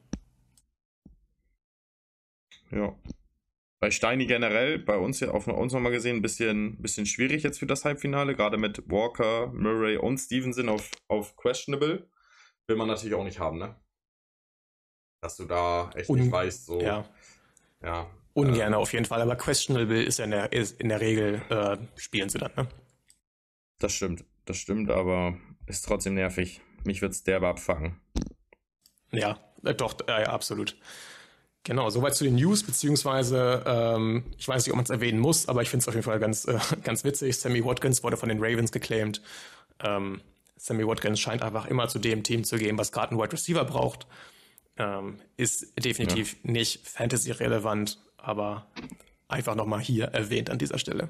Ja. Bei Steini generell, bei uns ja auf uns nochmal gesehen, ein bisschen schwierig jetzt für das Halbfinale, gerade mit Walker, Murray und Stevenson auf Questionable. Will man natürlich auch nicht haben, ne? Dass du da echt nicht weißt, so. Ja. Ja. Ungern auf jeden Fall, aber Questionable ist ja in der Regel spielen sie dann, ne? Das stimmt, aber ist trotzdem nervig. Mich wird's derbe abfangen. Ja, doch, ja, absolut. Genau, soweit zu den News, beziehungsweise, ich weiß nicht, ob man es erwähnen muss, aber ich finde es auf jeden Fall ganz witzig. Sammy Watkins wurde von den Ravens geclaimed. Sammy Watkins scheint einfach immer zu dem Team zu gehen, was gerade ein Wide Receiver braucht. Ist definitiv nicht Fantasy-relevant, aber einfach nochmal hier erwähnt an dieser Stelle.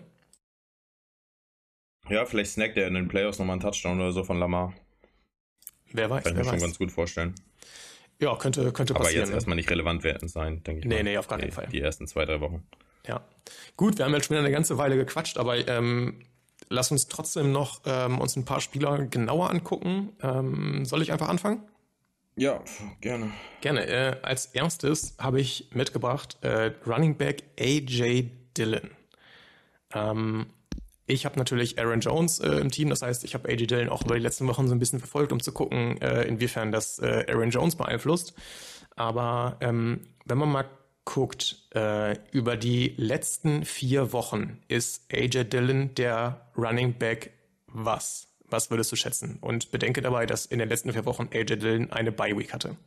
Ja, vielleicht snackt er in den Playoffs nochmal einen Touchdown oder so von Lamar. Wer weiß, kann ich mir schon ganz gut vorstellen. Ja, könnte passieren. Aber jetzt erstmal nicht relevant werden sein, denke ich. Nee, auf gar keinen Fall. Die ersten 2-3 Wochen. Ja. Gut, wir haben jetzt schon eine ganze Weile gequatscht, aber lass uns trotzdem noch uns ein paar Spieler genauer angucken. Soll ich einfach anfangen? Ja, gerne. Gerne. Als erstes habe ich mitgebracht Running Back A.J. Dillon. Ich habe natürlich Aaron Jones im Team, das heißt, ich habe A.J. Dillon auch über die letzten Wochen so ein bisschen verfolgt, um zu gucken, inwiefern das Aaron Jones beeinflusst. Aber wenn man mal guckt, über die letzten 4 Wochen ist A.J. Dillon der Running Back was? Was würdest du schätzen? Und bedenke dabei, dass in den letzten 4 Wochen A.J. Dillon eine Bye-Week hatte.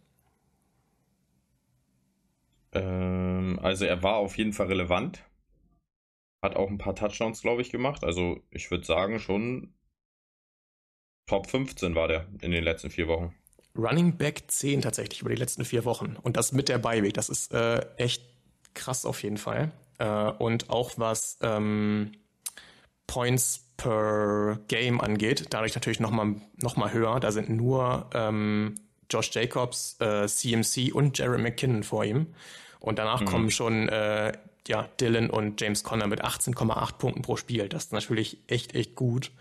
Also er war auf jeden Fall relevant. Hat auch ein paar Touchdowns, glaube ich, gemacht. Also ich würde sagen, schon Top 15 war der in den letzten 4 Wochen. Running Back 10 tatsächlich über die letzten 4 Wochen. Und das mit der Bye-Week. Das ist echt krass auf jeden Fall. Und auch was Points per Game angeht, dadurch natürlich noch mal höher. Da sind nur Josh Jacobs, CMC und Jerry McKinnon vor ihm. Und danach kommen schon Dillon und James Conner mit 18,8 Punkten pro Spiel. Das ist natürlich echt gut.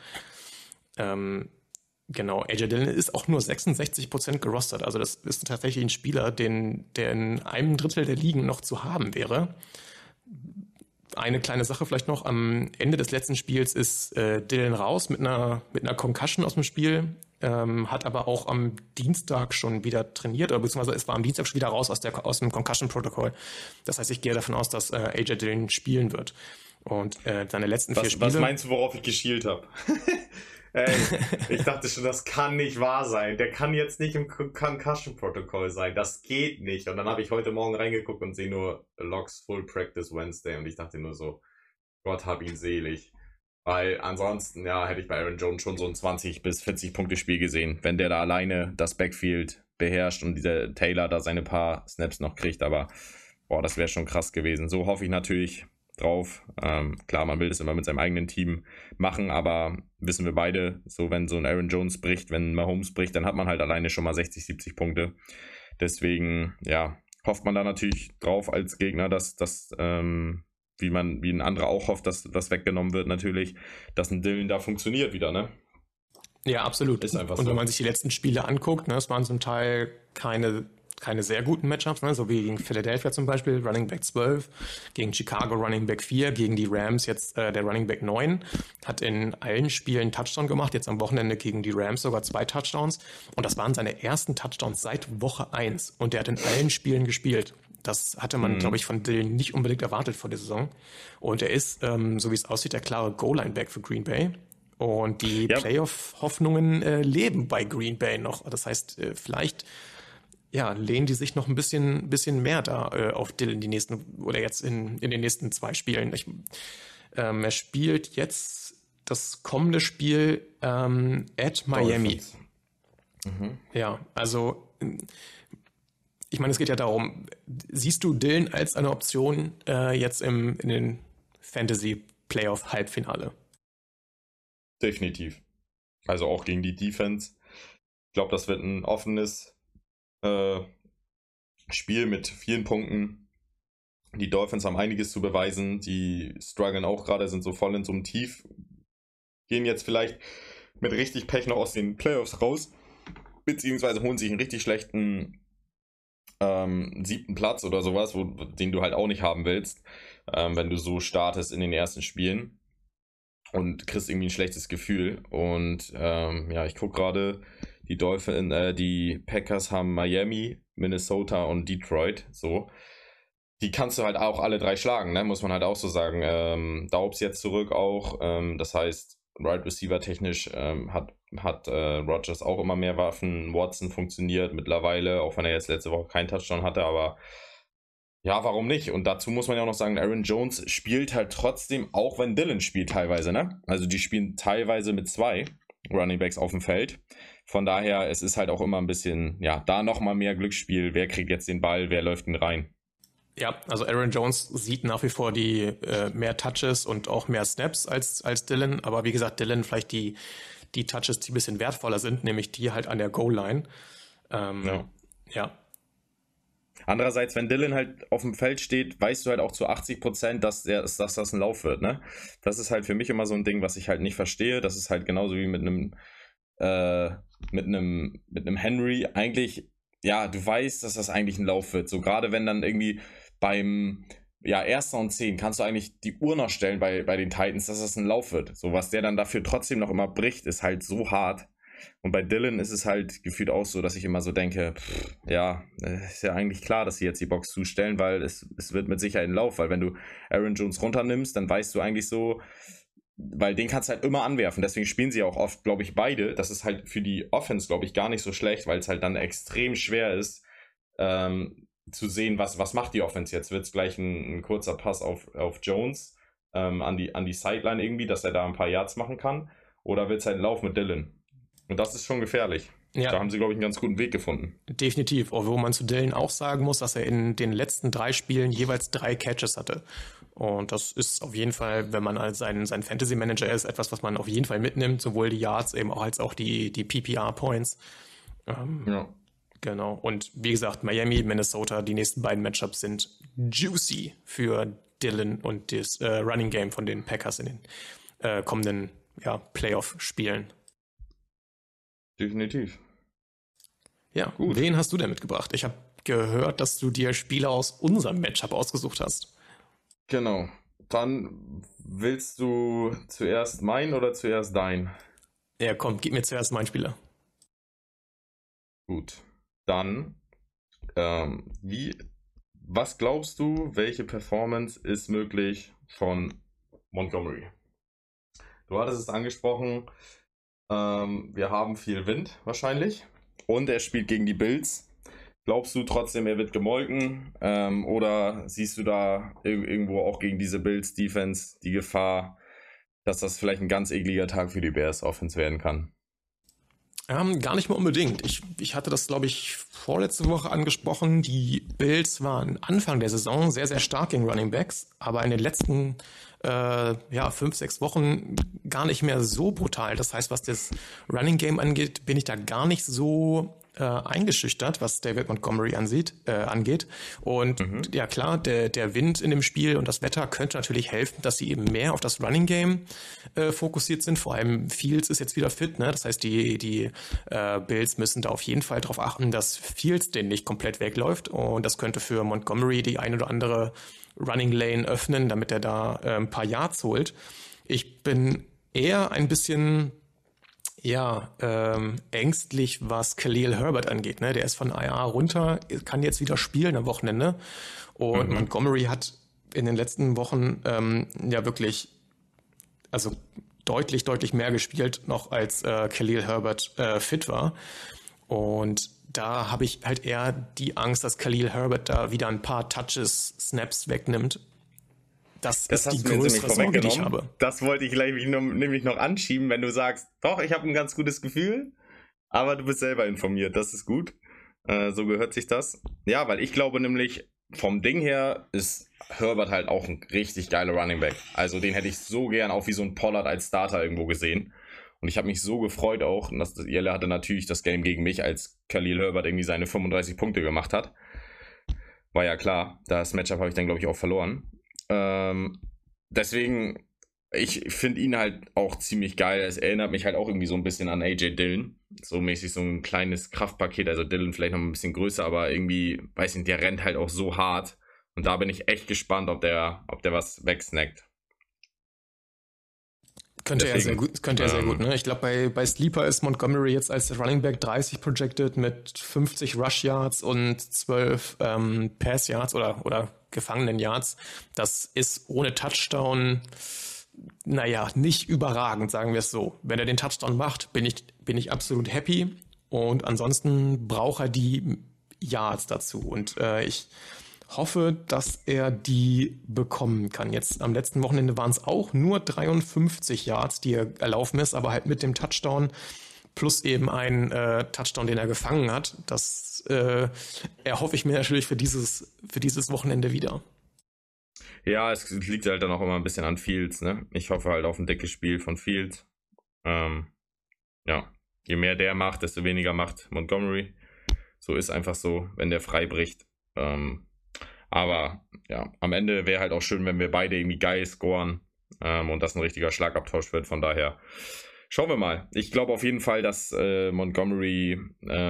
Genau, A.J. Dillon ist auch nur 66% gerostert. Also das ist tatsächlich ein Spieler, der in einem Drittel der Ligen noch zu haben wäre. Eine kleine Sache vielleicht noch. Am Ende des letzten Spiels ist Dillon raus mit einer Concussion aus dem Spiel. Hat aber auch am Dienstag schon wieder trainiert, oder beziehungsweise es war am Dienstag schon wieder raus aus dem Concussion-Protokoll. Das heißt, ich gehe davon aus, dass A.J. Dillon spielen wird. Und seine letzten 4 Spiele... Was meinst du, worauf ich geschielt habe? Ey, ich dachte schon, das kann nicht wahr sein. Der kann jetzt nicht im Concussion-Protokoll sein. Das geht nicht. Und dann habe ich heute Morgen reingeguckt und sehe nur Logs Full Practice Wednesday. Und ich dachte nur so, Gott hab ihn selig. Weil ansonsten, ja, hätte ich bei Aaron Jones schon so ein 20 bis 40 Punkte Spiel gesehen, wenn der da alleine das Backfield beherrscht und dieser Taylor da seine paar Snaps noch kriegt. Aber, boah, das wäre schon krass gewesen. So hoffe ich natürlich, drauf. Klar, man will das immer mit seinem eigenen Team machen, aber wissen wir beide, so wenn so ein Aaron Jones bricht, wenn Mahomes bricht, dann hat man halt alleine schon mal 60, 70 Punkte. Deswegen, ja, hofft man da natürlich drauf als Gegner, dass wie ein anderer auch hofft, dass das weggenommen wird natürlich, dass ein Dillon da funktioniert wieder, ne? Ja, absolut. Ist einfach und so. wenn man sich die letzten Spiele anguckt, ne, es waren zum Teil keine sehr guten Matchups, ne, so wie gegen Philadelphia zum Beispiel, Running Back 12, gegen Chicago Running Back 4, gegen die Rams jetzt der Running Back 9, hat in allen Spielen einen Touchdown gemacht, jetzt am Wochenende gegen die Rams sogar 2 Touchdowns und das waren seine ersten Touchdowns seit Woche 1 und der hat in allen Spielen gespielt. Das hatte man, glaube ich, von Dillon nicht unbedingt erwartet vor der Saison und er ist, so wie es aussieht, der klare Goal-Line-Back für Green Bay. Und die Playoff-Hoffnungen leben bei Green Bay noch. Das heißt, vielleicht lehnen die sich noch ein bisschen mehr da auf Dillon die nächsten oder jetzt in den nächsten 2 Spielen. Er spielt jetzt das kommende Spiel at Miami. Ja, also ich meine, es geht ja darum, siehst du Dillon als eine Option jetzt in den Fantasy-Playoff-Halbfinale? Definitiv. Also auch gegen die Defense. Ich glaube, das wird ein offenes Spiel mit vielen Punkten. Die Dolphins haben einiges zu beweisen. Die strugglen auch gerade, sind so voll in so einem Tief. Gehen jetzt vielleicht mit richtig Pech noch aus den Playoffs raus. Beziehungsweise holen sich einen richtig schlechten 7. Platz oder sowas, den du halt auch nicht haben willst, wenn du so startest in den ersten Spielen. Und kriegst irgendwie ein schlechtes Gefühl. Und ich gucke gerade, die Packers haben Miami, Minnesota und Detroit. So. Die kannst du halt auch alle 3 schlagen, ne? Muss man halt auch so sagen. Daubs jetzt zurück auch. Das heißt, Right Receiver technisch hat Rodgers auch immer mehr Waffen. Watson funktioniert mittlerweile, auch wenn er jetzt letzte Woche keinen Touchdown hatte, aber ja, warum nicht? Und dazu muss man ja auch noch sagen, Aaron Jones spielt halt trotzdem, auch wenn Dillon spielt teilweise, ne? Also die spielen teilweise mit 2 Running Backs auf dem Feld. Von daher, es ist halt auch immer ein bisschen, da nochmal mehr Glücksspiel. Wer kriegt jetzt den Ball, wer läuft ihn rein? Ja, also Aaron Jones sieht nach wie vor die mehr Touches und auch mehr Snaps als Dillon. Aber wie gesagt, Dillon vielleicht die Touches, die ein bisschen wertvoller sind, nämlich die halt an der Goal-Line. Ja. Andererseits, wenn Dillon halt auf dem Feld steht, weißt du halt auch zu 80%, dass das ein Lauf wird, ne? Das ist halt für mich immer so ein Ding, was ich halt nicht verstehe. Das ist halt genauso wie mit einem Henry. Eigentlich, du weißt, dass das eigentlich ein Lauf wird. So gerade wenn dann irgendwie beim 1. und 10 kannst du eigentlich die Uhr noch stellen bei den Titans, dass das ein Lauf wird. So was der dann dafür trotzdem noch immer bricht, ist halt so hart. Und bei Dillon ist es halt gefühlt auch so, dass ich immer so denke, ist ja eigentlich klar, dass sie jetzt die Box zustellen, weil es wird mit Sicherheit ein Lauf, weil wenn du Aaron Jones runternimmst, dann weißt du eigentlich so, weil den kannst du halt immer anwerfen, deswegen spielen sie auch oft, glaube ich, beide. Das ist halt für die Offense, glaube ich, gar nicht so schlecht, weil es halt dann extrem schwer ist, zu sehen, was macht die Offense jetzt. Wird es gleich ein kurzer Pass auf Jones an die Sideline irgendwie, dass er da ein paar Yards machen kann, oder wird es halt ein Lauf mit Dillon? Und das ist schon gefährlich. Ja. Da haben sie, glaube ich, einen ganz guten Weg gefunden. Definitiv. Wo man zu Dillon auch sagen muss, dass er in den letzten 3 Spielen jeweils 3 Catches hatte. Und das ist auf jeden Fall, wenn man sein Fantasy-Manager ist, etwas, was man auf jeden Fall mitnimmt. Sowohl die Yards eben auch als auch die PPR-Points. Genau. Und wie gesagt, Miami, Minnesota, die nächsten beiden Matchups sind juicy für Dillon und das Running Game von den Packers in den kommenden Playoff-Spielen. Definitiv. Ja, gut. Wen hast du denn mitgebracht? Ich habe gehört, dass du dir Spieler aus unserem Matchup ausgesucht hast. Genau. Dann willst du zuerst meinen oder zuerst deinen? Ja, komm, gib mir zuerst meinen Spieler. Gut. Dann, was glaubst du, welche Performance ist möglich von Montgomery? Du hattest es angesprochen, wir haben viel Wind wahrscheinlich und er spielt gegen die Bills. Glaubst du trotzdem, er wird gemolken? Oder siehst du da irgendwo auch gegen diese Bills-Defense die Gefahr, dass das vielleicht ein ganz ekliger Tag für die Bears-Offense werden kann? Gar nicht mal unbedingt. Ich hatte das, glaube ich, vorletzte Woche angesprochen. Die Bills waren Anfang der Saison sehr, sehr stark gegen Running Backs, aber in den letzten 5, 6 Wochen gar nicht mehr so brutal. Das heißt, was das Running Game angeht, bin ich da gar nicht so eingeschüchtert, was David Montgomery angeht. Und ja klar, der Wind in dem Spiel und das Wetter könnte natürlich helfen, dass sie eben mehr auf das Running Game fokussiert sind. Vor allem Fields ist jetzt wieder fit, ne? Das heißt, die Bills müssen da auf jeden Fall darauf achten, dass Fields den nicht komplett wegläuft. Und das könnte für Montgomery die ein oder andere Running Lane öffnen, damit er da ein paar Yards holt. Ich bin eher ein bisschen ängstlich, was Khalil Herbert angeht. Ne? Der ist von IR runter, kann jetzt wieder spielen am Wochenende. Und Montgomery hat in den letzten Wochen wirklich, also deutlich, deutlich mehr gespielt, noch als Khalil Herbert fit war. Und da habe ich halt eher die Angst, dass Khalil Herbert da wieder ein paar Touches, Snaps wegnimmt. Das ist die größere Sorge, die ich habe. Das wollte ich gleich nämlich noch anschieben, wenn du sagst, doch, ich habe ein ganz gutes Gefühl, aber du bist selber informiert, das ist gut. So gehört sich das. Ja, weil ich glaube nämlich, vom Ding her ist Herbert halt auch ein richtig geiler Running Back. Also den hätte ich so gern auch wie so ein Pollard als Starter irgendwo gesehen. Und ich habe mich so gefreut auch, und Jelle hatte natürlich das Game gegen mich, als Khalil Herbert irgendwie seine 35 Punkte gemacht hat. War ja klar, das Matchup habe ich dann, glaube ich, auch verloren. Deswegen, ich finde ihn halt auch ziemlich geil. Es erinnert mich halt auch irgendwie so ein bisschen an AJ Dillon. So mäßig so ein kleines Kraftpaket. Also Dillon vielleicht noch ein bisschen größer, aber irgendwie, weiß nicht, der rennt halt auch so hart. Und da bin ich echt gespannt, ob der was wegsnackt. Könnte er sehr gut, ne? Ich glaube, bei Sleeper ist Montgomery jetzt als Running Back 30 projected mit 50 Rush Yards und 12 Pass Yards oder gefangenen Yards. Das ist ohne Touchdown, nicht überragend, sagen wir es so. Wenn er den Touchdown macht, bin ich absolut happy. Und ansonsten braucht er die Yards dazu. Und ich hoffe, dass er die bekommen kann. Jetzt am letzten Wochenende waren es auch nur 53 Yards, die er erlaufen ist, aber halt mit dem Touchdown plus eben ein Touchdown, den er gefangen hat. Das erhoffe ich mir natürlich für dieses Wochenende wieder. Ja, es liegt halt dann auch immer ein bisschen an Fields, ne? Ich hoffe halt auf ein dickes Spiel von Fields. Je mehr der macht, desto weniger macht Montgomery. So ist einfach so, wenn der frei bricht. Aber ja, am Ende wäre halt auch schön, wenn wir beide irgendwie geil scoren und das ein richtiger Schlagabtausch wird. Von daher schauen wir mal. Ich glaube auf jeden Fall, dass Montgomery,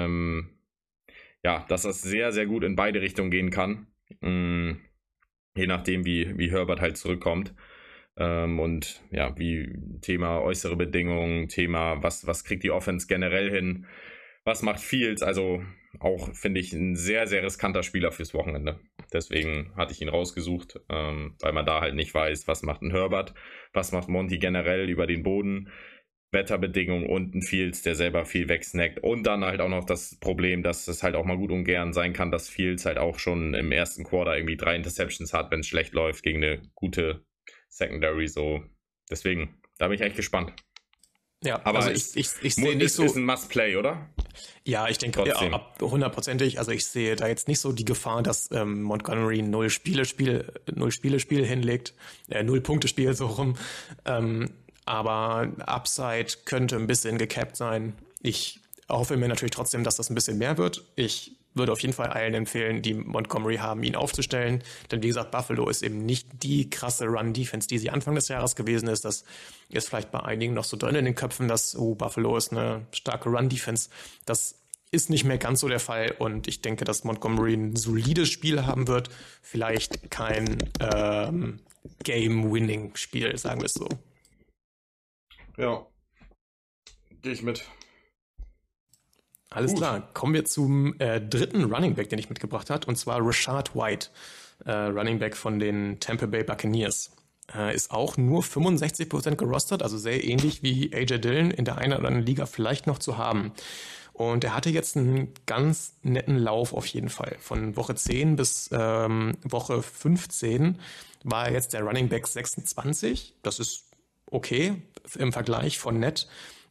dass das sehr, sehr gut in beide Richtungen gehen kann. Je nachdem, wie Herbert halt zurückkommt. Und ja, wie Thema äußere Bedingungen, Thema, was kriegt die Offense generell hin, was macht Fields, also auch, finde ich, ein sehr, sehr riskanter Spieler fürs Wochenende. Deswegen hatte ich ihn rausgesucht, weil man da halt nicht weiß, was macht ein Herbert, was macht Monty generell über den Boden, Wetterbedingungen und ein Fields, der selber viel wegsnackt. Und dann halt auch noch das Problem, dass es halt auch mal gut und gern sein kann, dass Fields halt auch schon im ersten Quarter irgendwie 3 Interceptions hat, wenn es schlecht läuft, gegen eine gute Secondary. So. Deswegen, da bin ich echt gespannt. Ja, aber also ich sehe nicht so. Ist ein Must-Play, oder? Ja, ich denke, hundertprozentig. Also ich sehe da jetzt nicht so die Gefahr, dass Montgomery 0 Spiele-Spiel hinlegt, 0-Punkte-Spiel so rum. Aber Upside könnte ein bisschen gecapped sein. Ich hoffe mir natürlich trotzdem, dass das ein bisschen mehr wird. Ich würde auf jeden Fall allen empfehlen, die Montgomery haben, ihn aufzustellen. Denn wie gesagt, Buffalo ist eben nicht die krasse Run-Defense, die sie Anfang des Jahres gewesen ist. Das ist vielleicht bei einigen noch so drin in den Köpfen, dass Buffalo ist eine starke Run-Defense. Das ist nicht mehr ganz so der Fall. Und ich denke, dass Montgomery ein solides Spiel haben wird. Vielleicht kein Game-Winning-Spiel, sagen wir es so. Ja, gehe ich mit. Alles klar, kommen wir zum dritten Running Back, den ich mitgebracht habe, und zwar Rachaad White, Running Back von den Tampa Bay Buccaneers. Ist auch nur 65% gerostert, also sehr ähnlich wie AJ Dillon in der einen oder anderen Liga vielleicht noch zu haben. Und er hatte jetzt einen ganz netten Lauf auf jeden Fall. Von Woche 10 bis Woche 15 war er jetzt der Running Back 26. Das ist okay im Vergleich von nett.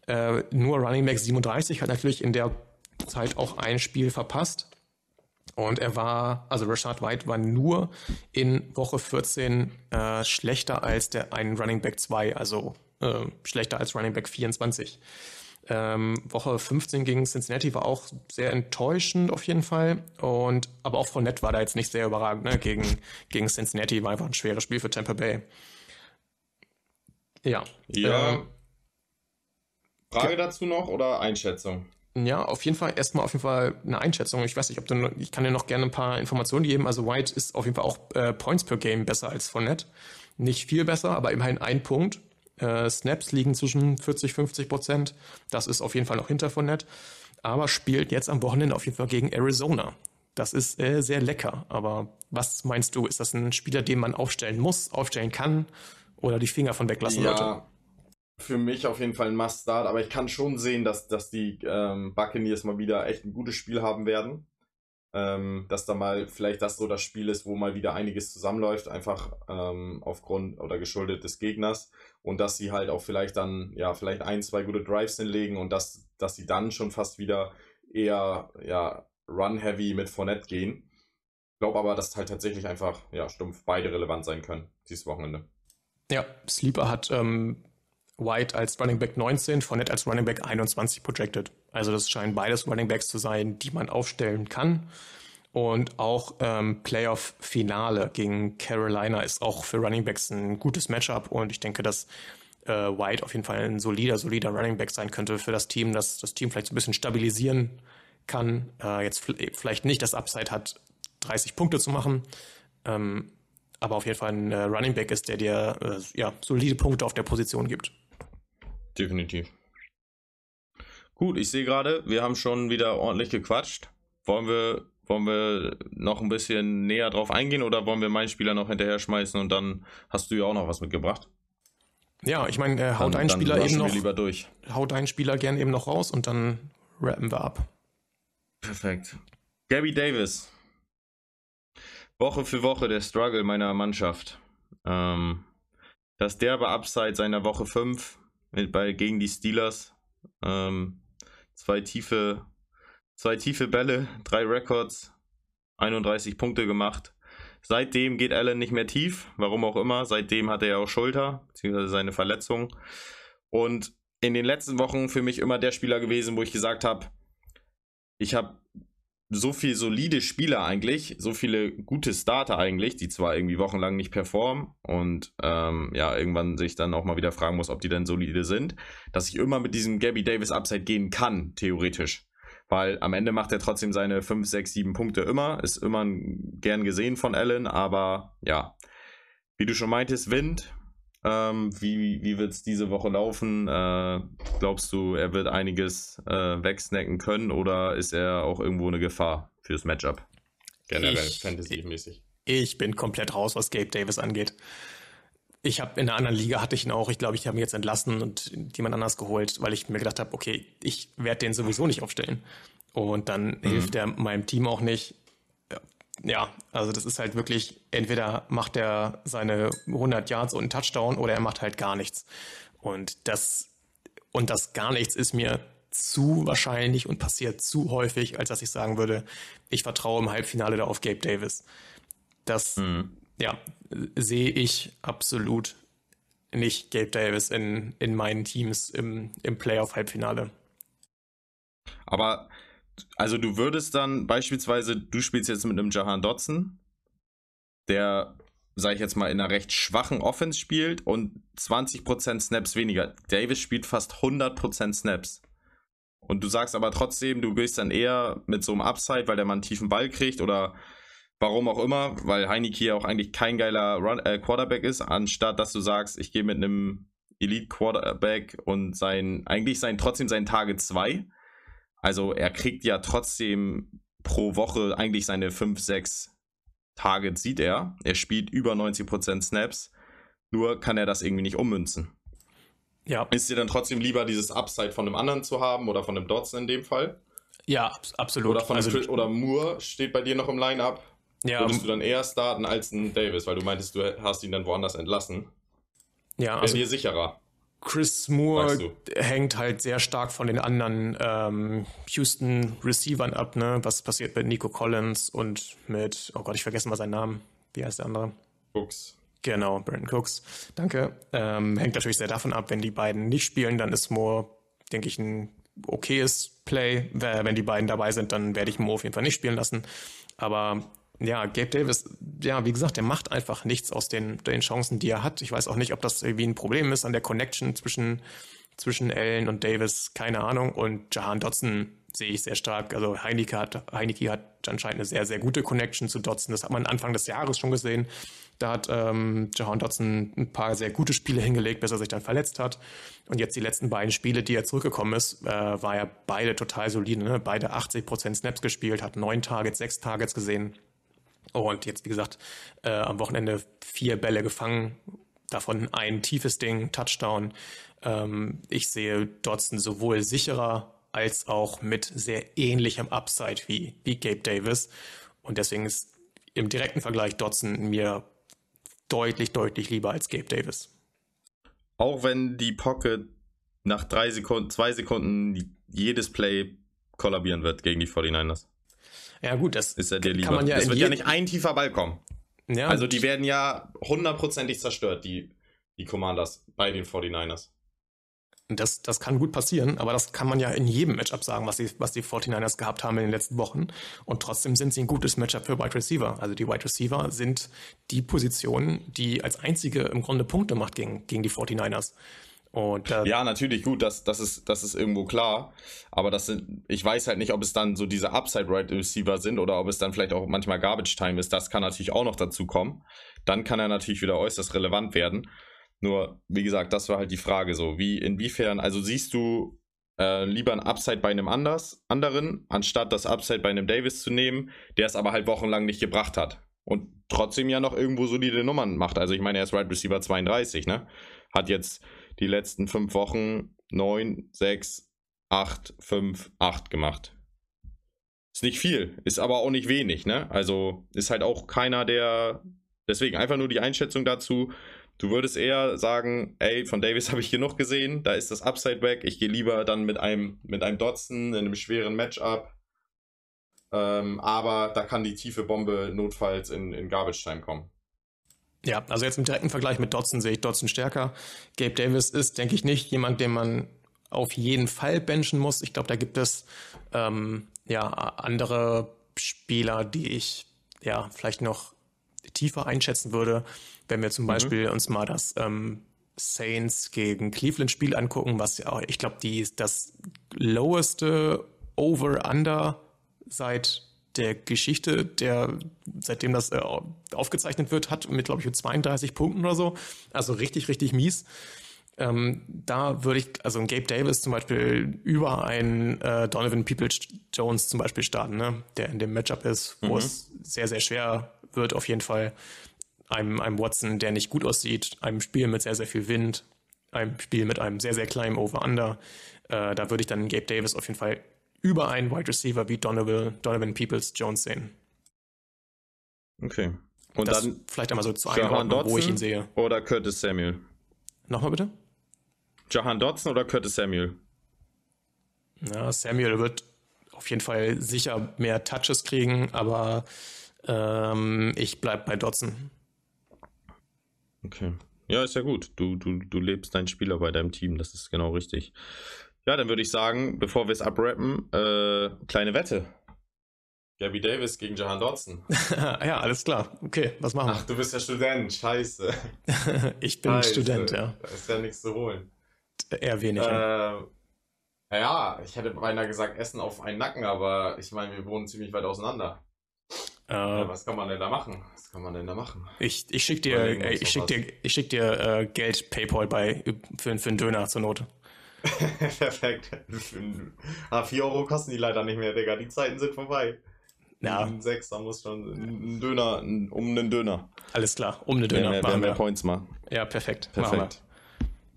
Nur Running Back 37 hat natürlich in der Zeit auch ein Spiel verpasst. Und Rachaad White war nur in Woche 14 schlechter als ein Running Back 2, also schlechter als Running Back 24. Woche 15 gegen Cincinnati war auch sehr enttäuschend auf jeden Fall. Aber auch Fournette war da jetzt nicht sehr überragend. Ne? Gegen Cincinnati war einfach ein schweres Spiel für Tampa Bay. Ja. Frage dazu noch oder Einschätzung? Ja, auf jeden Fall eine Einschätzung. Ich weiß nicht, ich kann dir noch gerne ein paar Informationen geben. Also White ist auf jeden Fall auch Points per Game besser als Fournette. Nicht viel besser, aber immerhin ein Punkt. Snaps liegen zwischen 40-50%. Das ist auf jeden Fall noch hinter Fournette. Aber spielt jetzt am Wochenende auf jeden Fall gegen Arizona. Das ist sehr lecker. Aber was meinst du? Ist das ein Spieler, den man aufstellen muss, aufstellen kann oder die Finger von weglassen sollte? Für mich auf jeden Fall ein Must-Start, aber ich kann schon sehen, dass die Buccaneers mal wieder echt ein gutes Spiel haben werden. Dass da mal vielleicht das so das Spiel ist, wo mal wieder einiges zusammenläuft, einfach aufgrund oder geschuldet des Gegners. Und dass sie halt auch vielleicht dann, vielleicht 1-2 gute Drives hinlegen und dass sie dann schon fast wieder eher Run-Heavy mit Fournette gehen. Ich glaube aber, dass halt tatsächlich einfach, stumpf beide relevant sein können, dieses Wochenende. Ja, Sleeper hat White als Running Back 19, Fournette als Running Back 21 projected. Also das scheinen beides Running Backs zu sein, die man aufstellen kann. Und auch Playoff-Finale gegen Carolina ist auch für Running Backs ein gutes Matchup. Und ich denke, dass White auf jeden Fall ein solider Running Back sein könnte für das Team, das Team vielleicht so ein bisschen stabilisieren kann. Jetzt vielleicht nicht das Upside hat, 30 Punkte zu machen. Aber auf jeden Fall ein Running Back ist, der dir solide Punkte auf der Position gibt. Definitiv. Gut, ich sehe gerade, wir haben schon wieder ordentlich gequatscht. Wollen wir noch ein bisschen näher drauf eingehen oder wollen wir meinen Spieler noch hinterher schmeißen und dann hast du ja auch noch was mitgebracht? Ja, ich meine, haut einen Spieler gerne eben noch raus und dann rappen wir ab. Perfekt. Gaby Davis. Woche für Woche der Struggle meiner Mannschaft. Das derbe Upside seiner Woche 5 gegen die Steelers. Zwei tiefe Bälle, 3 Records, 31 Punkte gemacht. Seitdem geht Allen nicht mehr tief, warum auch immer. Seitdem hat er ja auch Schulter, beziehungsweise seine Verletzung. Und in den letzten Wochen für mich immer der Spieler gewesen, wo ich gesagt habe, ich habe so viele solide Spieler eigentlich, so viele gute Starter eigentlich, die zwar irgendwie wochenlang nicht performen und irgendwann sich dann auch mal wieder fragen muss, ob die denn solide sind, dass ich immer mit diesem Gaby Davis Upside gehen kann, theoretisch. Weil am Ende macht er trotzdem seine 5, 6, 7 Punkte immer, ist immer gern gesehen von Allen, aber ja, wie du schon meintest, Wind. Wie wird es diese Woche laufen? Glaubst du, er wird einiges wegsnacken können oder ist er auch irgendwo eine Gefahr fürs Matchup? Generell, Fantasy-mäßig. Ich bin komplett raus, was Gabe Davis angeht. In einer anderen Liga hatte ich ihn auch. Ich glaube, ich habe ihn jetzt entlassen und jemand anders geholt, weil ich mir gedacht habe, okay, ich werde den sowieso nicht aufstellen. Und dann hilft er meinem Team auch nicht. Ja, also das ist halt wirklich, entweder macht er seine 100 Yards und einen Touchdown oder er macht halt gar nichts. Und das gar nichts ist mir zu wahrscheinlich und passiert zu häufig, als dass ich sagen würde, ich vertraue im Halbfinale da auf Gabe Davis. Das, sehe ich absolut nicht Gabe Davis in meinen Teams im Playoff-Halbfinale. Aber also du würdest dann beispielsweise, du spielst jetzt mit einem Jahan Dotson, der, sag ich jetzt mal, in einer recht schwachen Offense spielt und 20% Snaps weniger. Davis spielt fast 100% Snaps. Und du sagst aber trotzdem, du gehst dann eher mit so einem Upside, weil der Mann einen tiefen Ball kriegt oder warum auch immer, weil Heineke ja auch eigentlich kein geiler Quarterback ist, anstatt dass du sagst, ich gehe mit einem Elite Quarterback und trotzdem sein Target 2. Also er kriegt ja trotzdem pro Woche eigentlich seine 5, 6 Targets sieht er. Er spielt über 90% Snaps, nur kann er das irgendwie nicht ummünzen. Ja. Ist dir dann trotzdem lieber dieses Upside von einem anderen zu haben oder von einem Dotson in dem Fall? Ja, absolut. Oder oder Moore steht bei dir noch im Line-Up. Ja. Würdest du dann eher starten als einen Davis, weil du meintest, du hast ihn dann woanders entlassen? Ja, wäre dir sicherer. Chris Moore hängt halt sehr stark von den anderen Houston Receivern ab, ne? Was passiert mit Nico Collins und mit, oh Gott, ich vergesse mal seinen Namen. Wie heißt der andere? Cooks. Genau, Brandon Cooks. Danke. Hängt natürlich sehr davon ab, wenn die beiden nicht spielen, dann ist Moore, denke ich, ein okayes Play. Wenn die beiden dabei sind, dann werde ich Moore auf jeden Fall nicht spielen lassen. Aber ja, Gabe Davis, ja, wie gesagt, der macht einfach nichts aus den Chancen, die er hat. Ich weiß auch nicht, ob das irgendwie ein Problem ist an der Connection zwischen Allen und Davis, keine Ahnung. Und Jahan Dotson sehe ich sehr stark. Also Heinicke hat anscheinend eine sehr, sehr gute Connection zu Dotson. Das hat man Anfang des Jahres schon gesehen. Da hat Jahan Dotson ein paar sehr gute Spiele hingelegt, bis er sich dann verletzt hat. Und jetzt die letzten beiden Spiele, die er zurückgekommen ist, war er beide total solide. Ne? Beide 80% Snaps gespielt, hat 9 Targets, 6 Targets gesehen. Und jetzt, wie gesagt, am Wochenende 4 Bälle gefangen, davon ein tiefes Ding, Touchdown. Ich sehe Dotson sowohl sicherer als auch mit sehr ähnlichem Upside wie Gabe Davis. Und deswegen ist im direkten Vergleich Dotson mir deutlich, deutlich lieber als Gabe Davis. Auch wenn die Pocket nach 2 Sekunden jedes Play kollabieren wird gegen die 49ers. Ja gut, das ist ja dir lieber. Kann man ja es wird ja nicht ein tiefer Ball kommen. Ja, also die werden ja 100%ig zerstört, die Commanders bei den 49ers. Das kann gut passieren, aber das kann man ja in jedem Matchup sagen, was die 49ers gehabt haben in den letzten Wochen. Und trotzdem sind sie ein gutes Matchup für Wide Receiver. Also die Wide Receiver sind die Position, die als einzige im Grunde Punkte macht gegen die 49ers. Und, ja, natürlich, gut, das ist irgendwo klar. Aber ich weiß halt nicht, ob es dann so diese Upside-Wide-Receiver sind oder ob es dann vielleicht auch manchmal Garbage-Time ist. Das kann natürlich auch noch dazu kommen. Dann kann er natürlich wieder äußerst relevant werden. Nur, wie gesagt, das war halt die Frage so. Inwiefern, also siehst du lieber ein Upside bei einem anderen, anstatt das Upside bei einem Davis zu nehmen, der es aber halt wochenlang nicht gebracht hat. Und trotzdem ja noch irgendwo solide Nummern macht. Also ich meine, er ist Wide Receiver 32, ne? Hat jetzt die letzten 5 Wochen 9, 6, 8, 5, 8 gemacht. Ist nicht viel, ist aber auch nicht wenig, ne? Also ist halt auch keiner, der... Deswegen einfach nur die Einschätzung dazu. Du würdest eher sagen, ey, von Davis habe ich genug gesehen, da ist das Upside weg. Ich gehe lieber dann mit einem Dotson in einem schweren Matchup. Aber da kann die tiefe Bombe notfalls in Garbage Time kommen. Ja, also jetzt im direkten Vergleich mit Dotson sehe ich Dotson stärker. Gabe Davis ist, denke ich, nicht jemand, den man auf jeden Fall benchen muss. Ich glaube, da gibt es andere Spieler, die ich vielleicht noch tiefer einschätzen würde, wenn wir zum Beispiel uns mal das Saints gegen Cleveland Spiel angucken, was ja auch, ich glaube, das loweste Over-Under seit der Geschichte, seitdem das aufgezeichnet wird, hat mit, glaube ich, 32 Punkten oder so. Also richtig, richtig mies. Da würde ich, also ein Gabe Davis zum Beispiel über einen Donovan Peoples-Jones zum Beispiel starten, ne? Der in dem Matchup ist, wo es sehr, sehr schwer wird, auf jeden Fall. Einem Watson, der nicht gut aussieht, einem Spiel mit sehr, sehr viel Wind, einem Spiel mit einem sehr, sehr kleinen Over-Under. Da würde ich dann Gabe Davis auf jeden Fall über einen Wide Receiver wie Donovan Peoples-Jones sehen. Okay. Und das dann vielleicht einmal so zu Einordnung, wo ich ihn sehe. Oder Curtis Samuel? Nochmal bitte? Jahan Dotson oder Curtis Samuel? Ja, Samuel wird auf jeden Fall sicher mehr Touches kriegen, aber ich bleibe bei Dotson. Okay. Ja, ist ja gut. Du lebst deinen Spieler bei deinem Team, das ist genau richtig. Ja, dann würde ich sagen, bevor wir es abrappen, kleine Wette. Gabby Davis gegen Jahan Dotson. Ja, alles klar. Okay, was machen wir? Ach, du bist ja Student. Scheiße. Ich bin Student, ja. Da ist ja nichts zu holen. Eher wenig. Ja, ich hätte beinahe gesagt, Essen auf einen Nacken, aber ich meine, wir wohnen ziemlich weit auseinander. Was kann man denn da machen? Ich schick dir Geld PayPal für einen Döner zur Not. Perfekt. 4 Euro kosten die leider nicht mehr, Digga. Die Zeiten sind vorbei. Ja. 6, da muss schon ein Döner, um einen Döner. Alles klar, um einen Döner. Mehr Points machen. Ja, perfekt.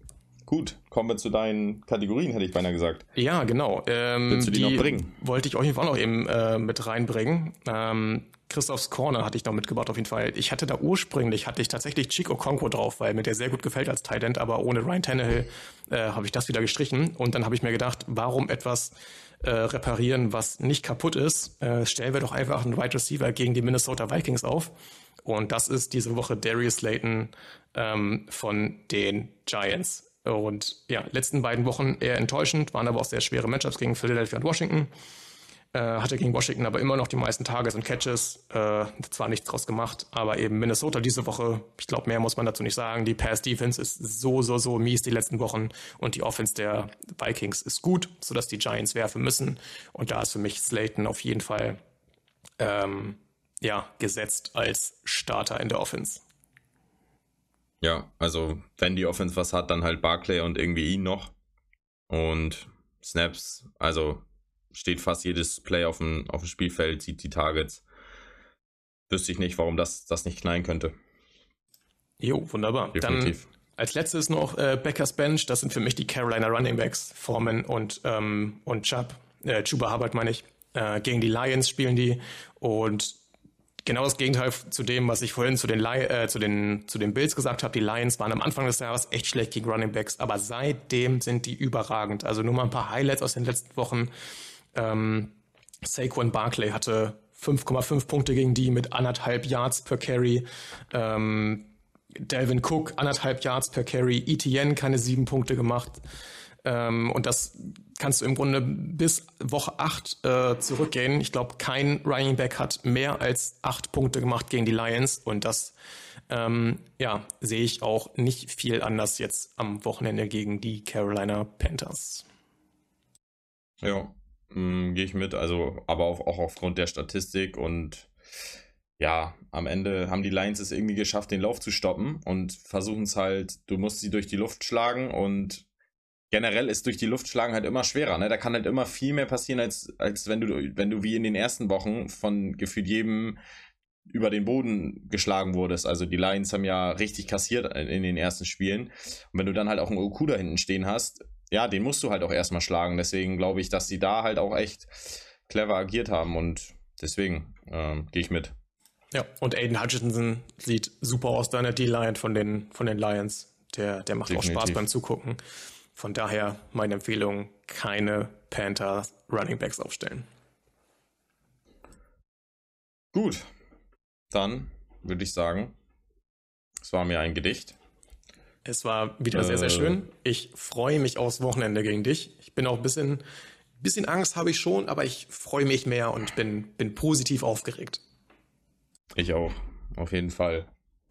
Gut, kommen wir zu deinen Kategorien, hätte ich beinahe gesagt. Ja, genau. Willst du die noch bringen? Wollte ich auf jeden Fall noch eben mit reinbringen. Christophs Corner hatte ich noch mitgebracht auf jeden Fall. Ich hatte tatsächlich Chico Okonkwo drauf, weil mir der sehr gut gefällt als Tight End, aber ohne Ryan Tannehill habe ich das wieder gestrichen. Und dann habe ich mir gedacht, warum etwas reparieren, was nicht kaputt ist? Stellen wir doch einfach einen Wide Receiver gegen die Minnesota Vikings auf. Und das ist diese Woche Darius Slayton von den Giants. Und ja, letzten beiden Wochen eher enttäuschend, waren aber auch sehr schwere Matchups gegen Philadelphia und Washington. Hatte gegen Washington aber immer noch die meisten Targets und Catches. Zwar nichts draus gemacht, aber eben Minnesota diese Woche, ich glaube, mehr muss man dazu nicht sagen. Die Pass-Defense ist so mies die letzten Wochen und die Offense der Vikings ist gut, sodass die Giants werfen müssen. Und da ist für mich Slayton auf jeden Fall gesetzt als Starter in der Offense. Ja, also wenn die Offense was hat, dann halt Barkley und irgendwie ihn noch. Und Snaps, also steht fast jedes Play auf dem Spielfeld, sieht die Targets. Wüsste ich nicht, warum das nicht knallen könnte. Jo, wunderbar. Definitiv. Dann als letztes noch Beckers Bench. Das sind für mich die Carolina Running Backs, Foreman und Chuba Hubbard meine ich. Gegen die Lions spielen die und genau das Gegenteil zu dem, was ich vorhin zu den Bills gesagt habe. Die Lions waren am Anfang des Jahres echt schlecht gegen Running Backs, aber seitdem sind die überragend. Also nur mal ein paar Highlights aus den letzten Wochen. Saquon Barkley hatte 5,5 Punkte gegen die mit 1,5 Yards per Carry. Dalvin Cook 1,5 Yards per Carry. ETN keine 7 Punkte gemacht. Und das kannst du im Grunde bis Woche 8 zurückgehen. Ich glaube, kein Running Back hat mehr als 8 Punkte gemacht gegen die Lions. Und das sehe ich auch nicht viel anders jetzt am Wochenende gegen die Carolina Panthers. Ja, gehe ich mit. Also, aber auch aufgrund der Statistik und ja, am Ende haben die Lions es irgendwie geschafft, den Lauf zu stoppen und versuchen es halt, du musst sie durch die Luft schlagen und generell ist durch die Luft schlagen halt immer schwerer, ne? Da kann halt immer viel mehr passieren, als wenn du wie in den ersten Wochen von gefühlt jedem über den Boden geschlagen wurdest. Also die Lions haben ja richtig kassiert in den ersten Spielen. Und wenn du dann halt auch einen Okuda hinten stehen hast, ja, den musst du halt auch erstmal schlagen. Deswegen glaube ich, dass sie da halt auch echt clever agiert haben und deswegen gehe ich mit. Ja, und Aiden Hutchinson sieht super aus, da in der D-Line von den Lions. Der macht Definitiv auch Spaß beim Zugucken. Von daher meine Empfehlung, keine Panthers Running Backs aufstellen. Gut, dann würde ich sagen, es war mir ein Gedicht. Es war wieder sehr, sehr schön. Ich freue mich aufs Wochenende gegen dich. Ich bin auch ein bisschen Angst habe ich schon, aber ich freue mich mehr und bin positiv aufgeregt. Ich auch, auf jeden Fall.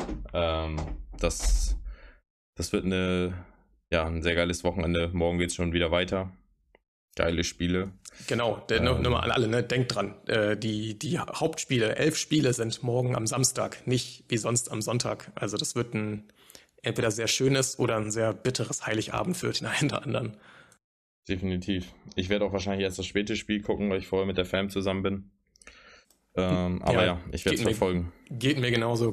Das wird ein sehr geiles Wochenende. Morgen geht es schon wieder weiter. Geile Spiele. Genau, nur mal an alle, ne? Denkt dran, die Hauptspiele, 11 Spiele sind morgen am Samstag, nicht wie sonst am Sonntag. Also das wird ein entweder sehr schönes oder ein sehr bitteres Heiligabend für den einen oder anderen. Definitiv. Ich werde auch wahrscheinlich erst das späte Spiel gucken, weil ich vorher mit der Fam zusammen bin. Aber ja, ich werde es verfolgen. Geht mir genauso.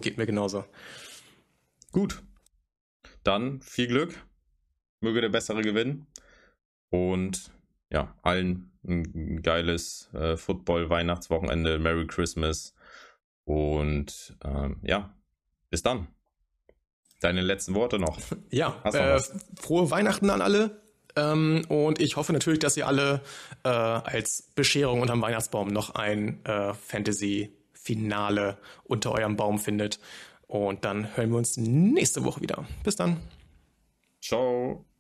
Gut. Dann viel Glück. Möge der Bessere gewinnen. Und ja, allen ein geiles Football-Weihnachtswochenende. Merry Christmas. Und bis dann. Deine letzten Worte noch. Ja, frohe Weihnachten an alle. Und ich hoffe natürlich, dass ihr alle als Bescherung unterm Weihnachtsbaum noch ein Fantasy-Finale unter eurem Baum findet. Und dann hören wir uns nächste Woche wieder. Bis dann. Ciao.